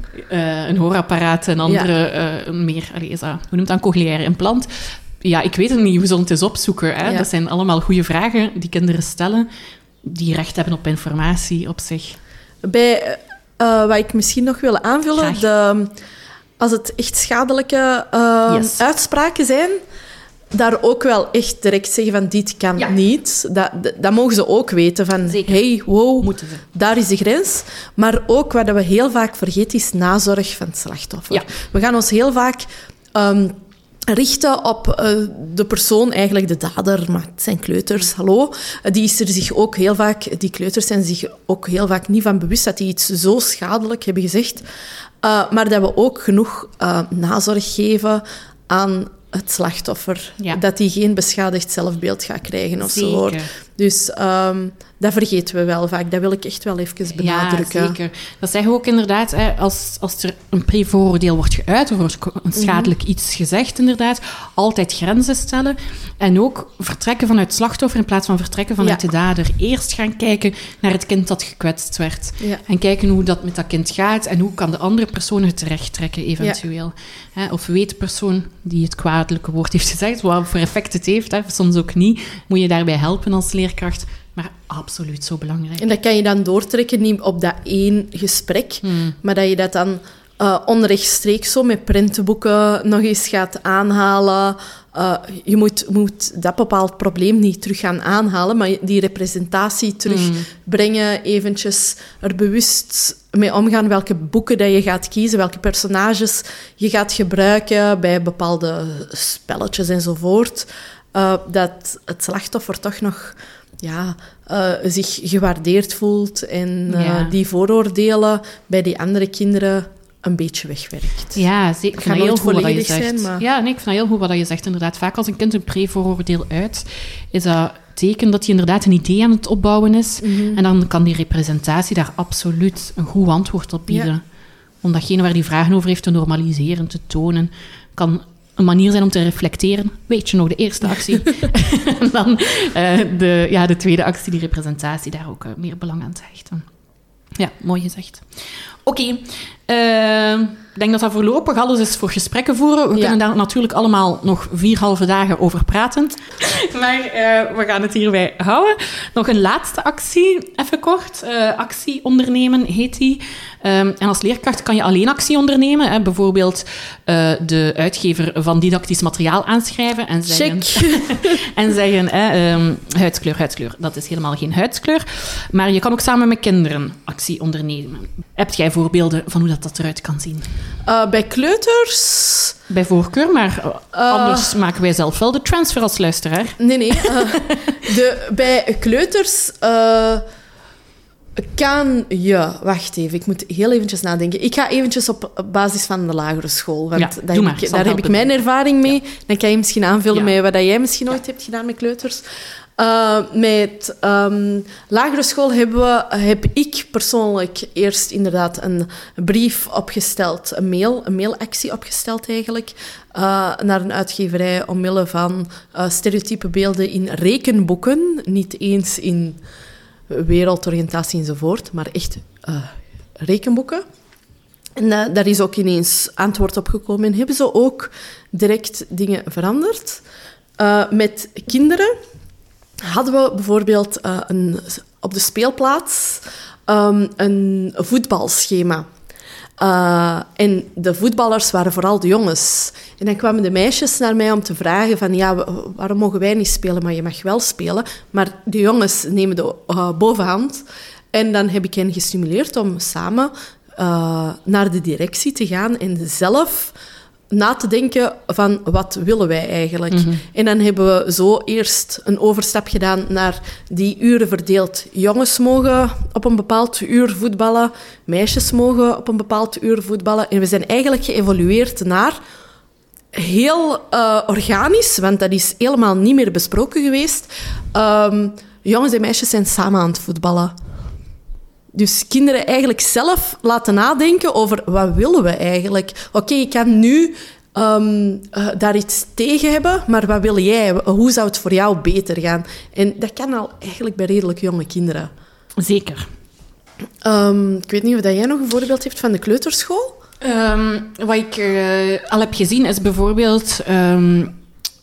uh, een hoorapparaat en anderen ja. uh, meer... Allee, is dat, hoe noemt dat, een cochleaire implant? Ja, ik weet het niet. We zullen het eens opzoeken. Hè? Ja. Dat zijn allemaal goede vragen die kinderen stellen, die recht hebben op informatie op zich. Bij uh, wat ik misschien nog wil aanvullen, de, als het echt schadelijke uh, yes. uitspraken zijn, daar ook wel echt direct zeggen van dit kan ja. niet. Dat, dat, dat mogen ze ook weten van Zeker. hey, wow, Moeten ze. Daar is de grens. Maar ook wat we heel vaak vergeten is nazorg van het slachtoffer. Ja. We gaan ons heel vaak... Um, richten op uh, de persoon, eigenlijk de dader, maar het zijn kleuters, hallo. Uh, die is er zich ook heel vaak, die kleuters zijn zich ook heel vaak niet van bewust dat die iets zo schadelijk hebben gezegd. Uh, maar dat we ook genoeg uh, nazorg geven aan het slachtoffer. Ja. Dat die geen beschadigd zelfbeeld gaat krijgen of zeker. zo. Dus um, dat vergeten we wel vaak. Dat wil ik echt wel even benadrukken. Ja, zeker. Dat zeggen we ook inderdaad. Hè, als, als er een prevooroordeel wordt geuit of wordt een schadelijk mm-hmm. iets gezegd, inderdaad, altijd grenzen stellen. En ook vertrekken vanuit het slachtoffer in plaats van vertrekken vanuit ja. de dader. Eerst gaan kijken naar het kind dat gekwetst werd. Ja. En kijken hoe dat met dat kind gaat en hoe kan de andere persoon het terechttrekken, eventueel. Ja. Hè, of weet de persoon die het kwaadelijke woord heeft gezegd, wat voor effect het heeft, hè, soms ook niet, moet je daarbij helpen als leerkracht. Maar absoluut zo belangrijk. En dat kan je dan doortrekken, niet op dat één gesprek, hmm. maar dat je dat dan uh, onrechtstreeks zo met prentenboeken nog eens gaat aanhalen. Uh, je moet, moet dat bepaald probleem niet terug gaan aanhalen, maar die representatie terugbrengen, hmm. eventjes er bewust mee omgaan welke boeken dat je gaat kiezen, welke personages je gaat gebruiken bij bepaalde spelletjes enzovoort. Uh, dat het slachtoffer toch nog ja, uh, zich gewaardeerd voelt en uh, ja. die vooroordelen bij die andere kinderen een beetje wegwerkt. Ja, zeker. Ik vind dat heel goed wat je zegt. Zijn, maar... Ja, nee, ik vind dat heel goed wat je zegt, inderdaad. Vaak als een kind een pre-vooroordeel uit, is dat teken dat hij inderdaad een idee aan het opbouwen is. Mm-hmm. En dan kan die representatie daar absoluut een goed antwoord op bieden. Ja. Om datgene waar die vragen over heeft te normaliseren, te tonen, kan een manier zijn om te reflecteren. Weet je nog, de eerste actie. En dan uh, de, ja, de tweede actie, die representatie, daar ook uh, meer belang aan te hechten. Ja, mooi gezegd. Oké. Okay. Uh, ik denk dat dat voorlopig alles is voor gesprekken voeren. We ja. kunnen daar natuurlijk allemaal nog vier halve dagen over praten. Maar uh, we gaan het hierbij houden. Nog een laatste actie, even kort. Uh, actie ondernemen heet die. Um, en als leerkracht kan je alleen actie ondernemen. Hè. Bijvoorbeeld uh, de uitgever van didactisch materiaal aanschrijven. En zeggen, en zeggen hè, um, huidskleur, huidskleur. Dat is helemaal geen huidskleur. Maar je kan ook samen met kinderen actie ondernemen. Heb jij voorbeelden van hoe dat, dat eruit kan zien? Uh, bij kleuters... Bij voorkeur, maar uh, anders maken wij zelf wel de transfer als luisteraar. Nee, nee. Uh, de, bij kleuters... Uh, kan je... Wacht even, ik moet heel eventjes nadenken. Ik ga eventjes op basis van de lagere school. Want ja, daar doe heb maar, ik, daar heb ik mijn ervaring mee. Ja. Dan kan je misschien aanvullen ja. met wat jij misschien ooit hebt gedaan met kleuters. Uh, met um, lagere school hebben we, heb ik persoonlijk eerst inderdaad een brief opgesteld, een mail, een mailactie opgesteld eigenlijk, uh, naar een uitgeverij omwille van uh, stereotype beelden in rekenboeken, niet eens in wereldoriëntatie enzovoort, maar echt uh, rekenboeken. En uh, daar is ook ineens antwoord op gekomen en hebben ze ook direct dingen veranderd. Uh, met kinderen hadden we bijvoorbeeld uh, een, op de speelplaats um, een voetbalschema. Uh, en de voetballers waren vooral de jongens. En dan kwamen de meisjes naar mij om te vragen van... ja, waarom mogen wij niet spelen, maar je mag wel spelen. Maar de jongens nemen de uh, bovenhand. En dan heb ik hen gestimuleerd om samen uh, naar de directie te gaan en zelf... na te denken van wat willen wij eigenlijk. Mm-hmm. En dan hebben we zo eerst een overstap gedaan naar die uren verdeeld. Jongens mogen op een bepaald uur voetballen, meisjes mogen op een bepaald uur voetballen. En we zijn eigenlijk geëvolueerd naar heel uh, organisch, want dat is helemaal niet meer besproken geweest. Um, jongens en meisjes zijn samen aan het voetballen. Dus kinderen eigenlijk zelf laten nadenken over wat willen we eigenlijk. Oké, okay, ik kan nu um, uh, daar iets tegen hebben, maar wat wil jij? Hoe zou het voor jou beter gaan? En dat kan al eigenlijk bij redelijk jonge kinderen. Zeker. Um, ik weet niet of jij nog een voorbeeld hebt van de kleuterschool? Um, wat ik uh, al heb gezien is bijvoorbeeld... Um,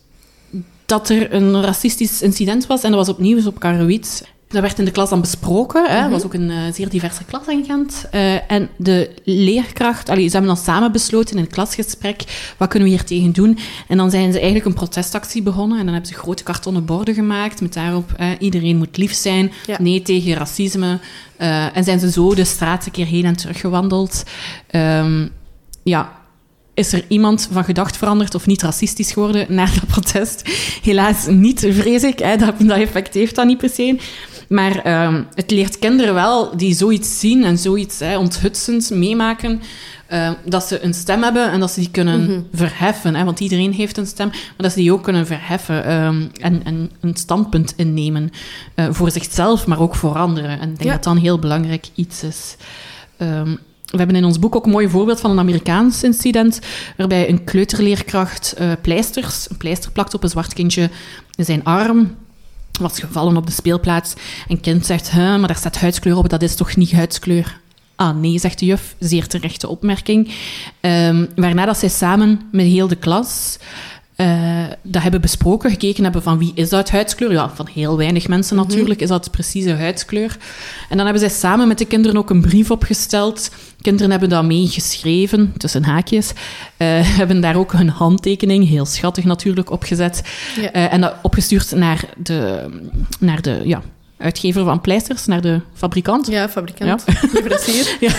dat er een racistisch incident was en dat was opnieuw op Karouit. Dat werd in de klas dan besproken. Het mm-hmm. was ook een uh, zeer diverse klas in Gent. Uh, en de leerkracht... Allee, ze hebben dan samen besloten in het klasgesprek... wat kunnen we hier tegen doen? En dan zijn ze eigenlijk een protestactie begonnen. En dan hebben ze grote kartonnen borden gemaakt... met daarop... Uh, iedereen moet lief zijn. Ja. Nee tegen racisme. Uh, en zijn ze zo de straat een keer heen en terug gewandeld. Um, ja... Is er iemand van gedacht veranderd of niet racistisch geworden na dat protest? Helaas niet, vrees ik. Hè. Dat, dat effect heeft dat niet per se. Maar um, het leert kinderen wel die zoiets zien en zoiets hè, onthutsends meemaken, uh, dat ze een stem hebben en dat ze die kunnen mm-hmm. verheffen. Hè, want iedereen heeft een stem, maar dat ze die ook kunnen verheffen um, en, en een standpunt innemen. Uh, voor zichzelf, maar ook voor anderen. En ik denk ja. dat dat een heel belangrijk iets is. Um, We hebben in ons boek ook een mooi voorbeeld van een Amerikaans incident, waarbij een kleuterleerkracht uh, pleisters, een pleister plakt op een zwart kindje in zijn arm, was gevallen op de speelplaats. Een kind zegt, huh, maar daar staat huidskleur op, dat is toch niet huidskleur? Ah, nee, zegt de juf, zeer terechte opmerking. Um, waarna dat zij samen met heel de klas... Uh, dat hebben besproken, gekeken hebben van wie is dat huidskleur. Ja, van heel weinig mensen natuurlijk mm-hmm. is dat precieze huidskleur. En dan hebben zij samen met de kinderen ook een brief opgesteld. Kinderen hebben dat meegeschreven, tussen haakjes. Uh, hebben daar ook hun handtekening, heel schattig natuurlijk, opgezet. Ja. Uh, en dat opgestuurd naar de... Naar de ja, uitgever van pleisters, naar de fabrikant. Ja, fabrikant. Ja. Leverancier. Ja.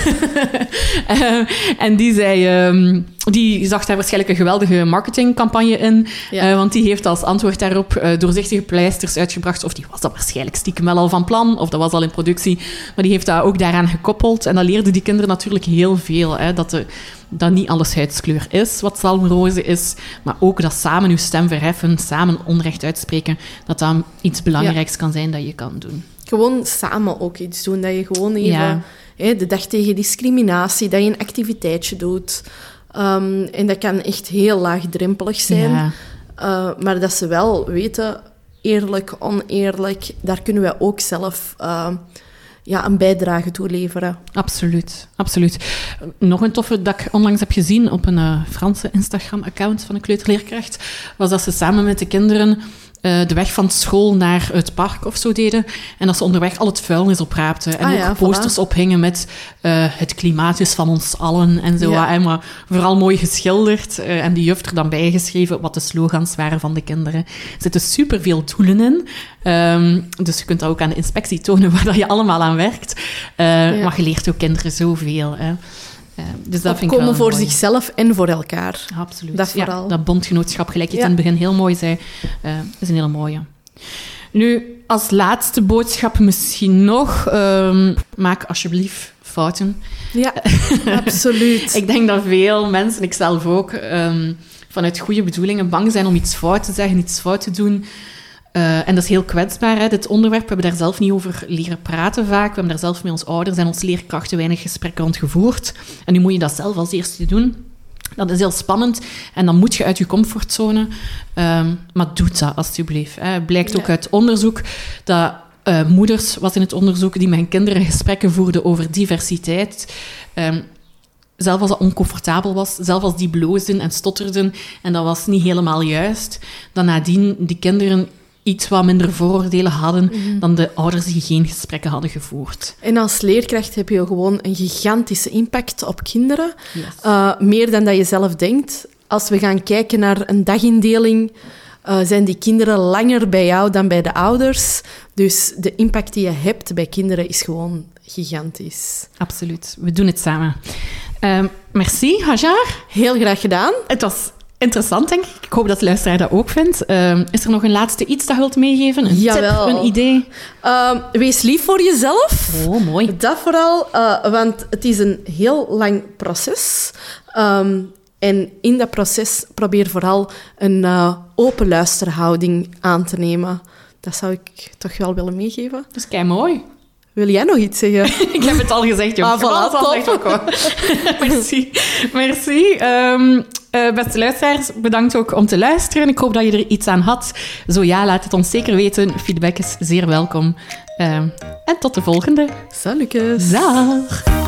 uh, en die zei... Um, die zag daar waarschijnlijk een geweldige marketingcampagne in. Ja. Uh, want die heeft als antwoord daarop uh, doorzichtige pleisters uitgebracht. Of die was dat waarschijnlijk stiekem wel al van plan. Of dat was al in productie. Maar die heeft dat ook daaraan gekoppeld. En dat leerden die kinderen natuurlijk heel veel. Hè, dat, de, dat niet alles huidskleur is, wat zalmroze is. Maar ook dat samen uw stem verheffen, samen onrecht uitspreken, dat dat iets belangrijks ja. kan zijn dat je kan doen. Gewoon samen ook iets doen. Dat je gewoon even... Ja. Hè, de dag tegen discriminatie, dat je een activiteitje doet... Um, en dat kan echt heel laagdrempelig zijn. Ja. Uh, maar dat ze wel weten, eerlijk, oneerlijk, daar kunnen wij ook zelf uh, ja, een bijdrage toeleveren. Absoluut, absoluut. Nog een toffe dat ik onlangs heb gezien op een uh, Franse Instagram-account van een kleuterleerkracht, was dat ze samen met de kinderen uh, de weg van school naar het park of zo deden. En dat ze onderweg al het vuilnis opraapten. En ah, ook ja, posters voilà. ophingen met uh, het klimaat is van ons allen en zo. Ja. Hè, maar vooral mooi geschilderd. Uh, en die juf er dan bijgeschreven wat de slogans waren van de kinderen. Er zitten superveel doelen in. Um, dus je kunt dat ook aan de inspectie tonen waar dat je allemaal aan werkt. Uh, ja. Maar je leert ook kinderen zoveel. Hè. Uh, dus dat vind ik wel voor mooi. zichzelf en voor elkaar. Absoluut. Dat vooral. Ja, dat bondgenootschap, gelijk je ja. het in het begin heel mooi zei, uh, is een hele mooie. Nu, als laatste boodschap misschien nog, um, maak alsjeblieft fouten. Ja, absoluut. Ik denk dat veel mensen, ik zelf ook, um, vanuit goede bedoelingen bang zijn om iets fout te zeggen, iets fout te doen. Uh, en dat is heel kwetsbaar, hè, dit onderwerp. We hebben daar zelf niet over leren praten vaak. We hebben daar zelf met ons ouders en onze leerkrachten weinig gesprekken rond gevoerd. En nu moet je dat zelf als eerste doen. Dat is heel spannend. En dan moet je uit je comfortzone. Um, maar doe dat, alsjeblieft. Het blijkt ook ja. uit onderzoek dat uh, moeders, was in het onderzoek, die met hun kinderen gesprekken voerden over diversiteit. Um, Zelf als dat oncomfortabel was, zelf als die bloosden en stotterden en dat was niet helemaal juist, dan nadien die kinderen iets wat minder vooroordelen hadden mm-hmm. dan de ouders die geen gesprekken hadden gevoerd. En als leerkracht heb je gewoon een gigantische impact op kinderen. Yes. Uh, meer dan dat je zelf denkt. Als we gaan kijken naar een dagindeling, uh, zijn die kinderen langer bij jou dan bij de ouders. Dus de impact die je hebt bij kinderen is gewoon gigantisch. Absoluut. We doen het samen. Uh, merci, Hajar. Heel graag gedaan. Het was interessant, denk ik. Ik hoop dat de luisteraar dat ook vindt. Uh, is er nog een laatste iets dat je wilt meegeven? Een Jawel. tip, een idee? Uh, wees lief voor jezelf. Oh, mooi. Dat vooral, uh, want het is een heel lang proces. Um, en in dat proces probeer vooral een uh, open luisterhouding aan te nemen. Dat zou ik toch wel willen meegeven. Dat is kei mooi. Wil jij nog iets zeggen? Ik heb het al gezegd, joh. Ah, voilà, top. Merci. Merci. Um, uh, beste luisteraars, bedankt ook om te luisteren. Ik hoop dat je er iets aan had. Zo ja, laat het ons zeker weten. Feedback is zeer welkom. Um, en tot de volgende. Salutjes. Dag.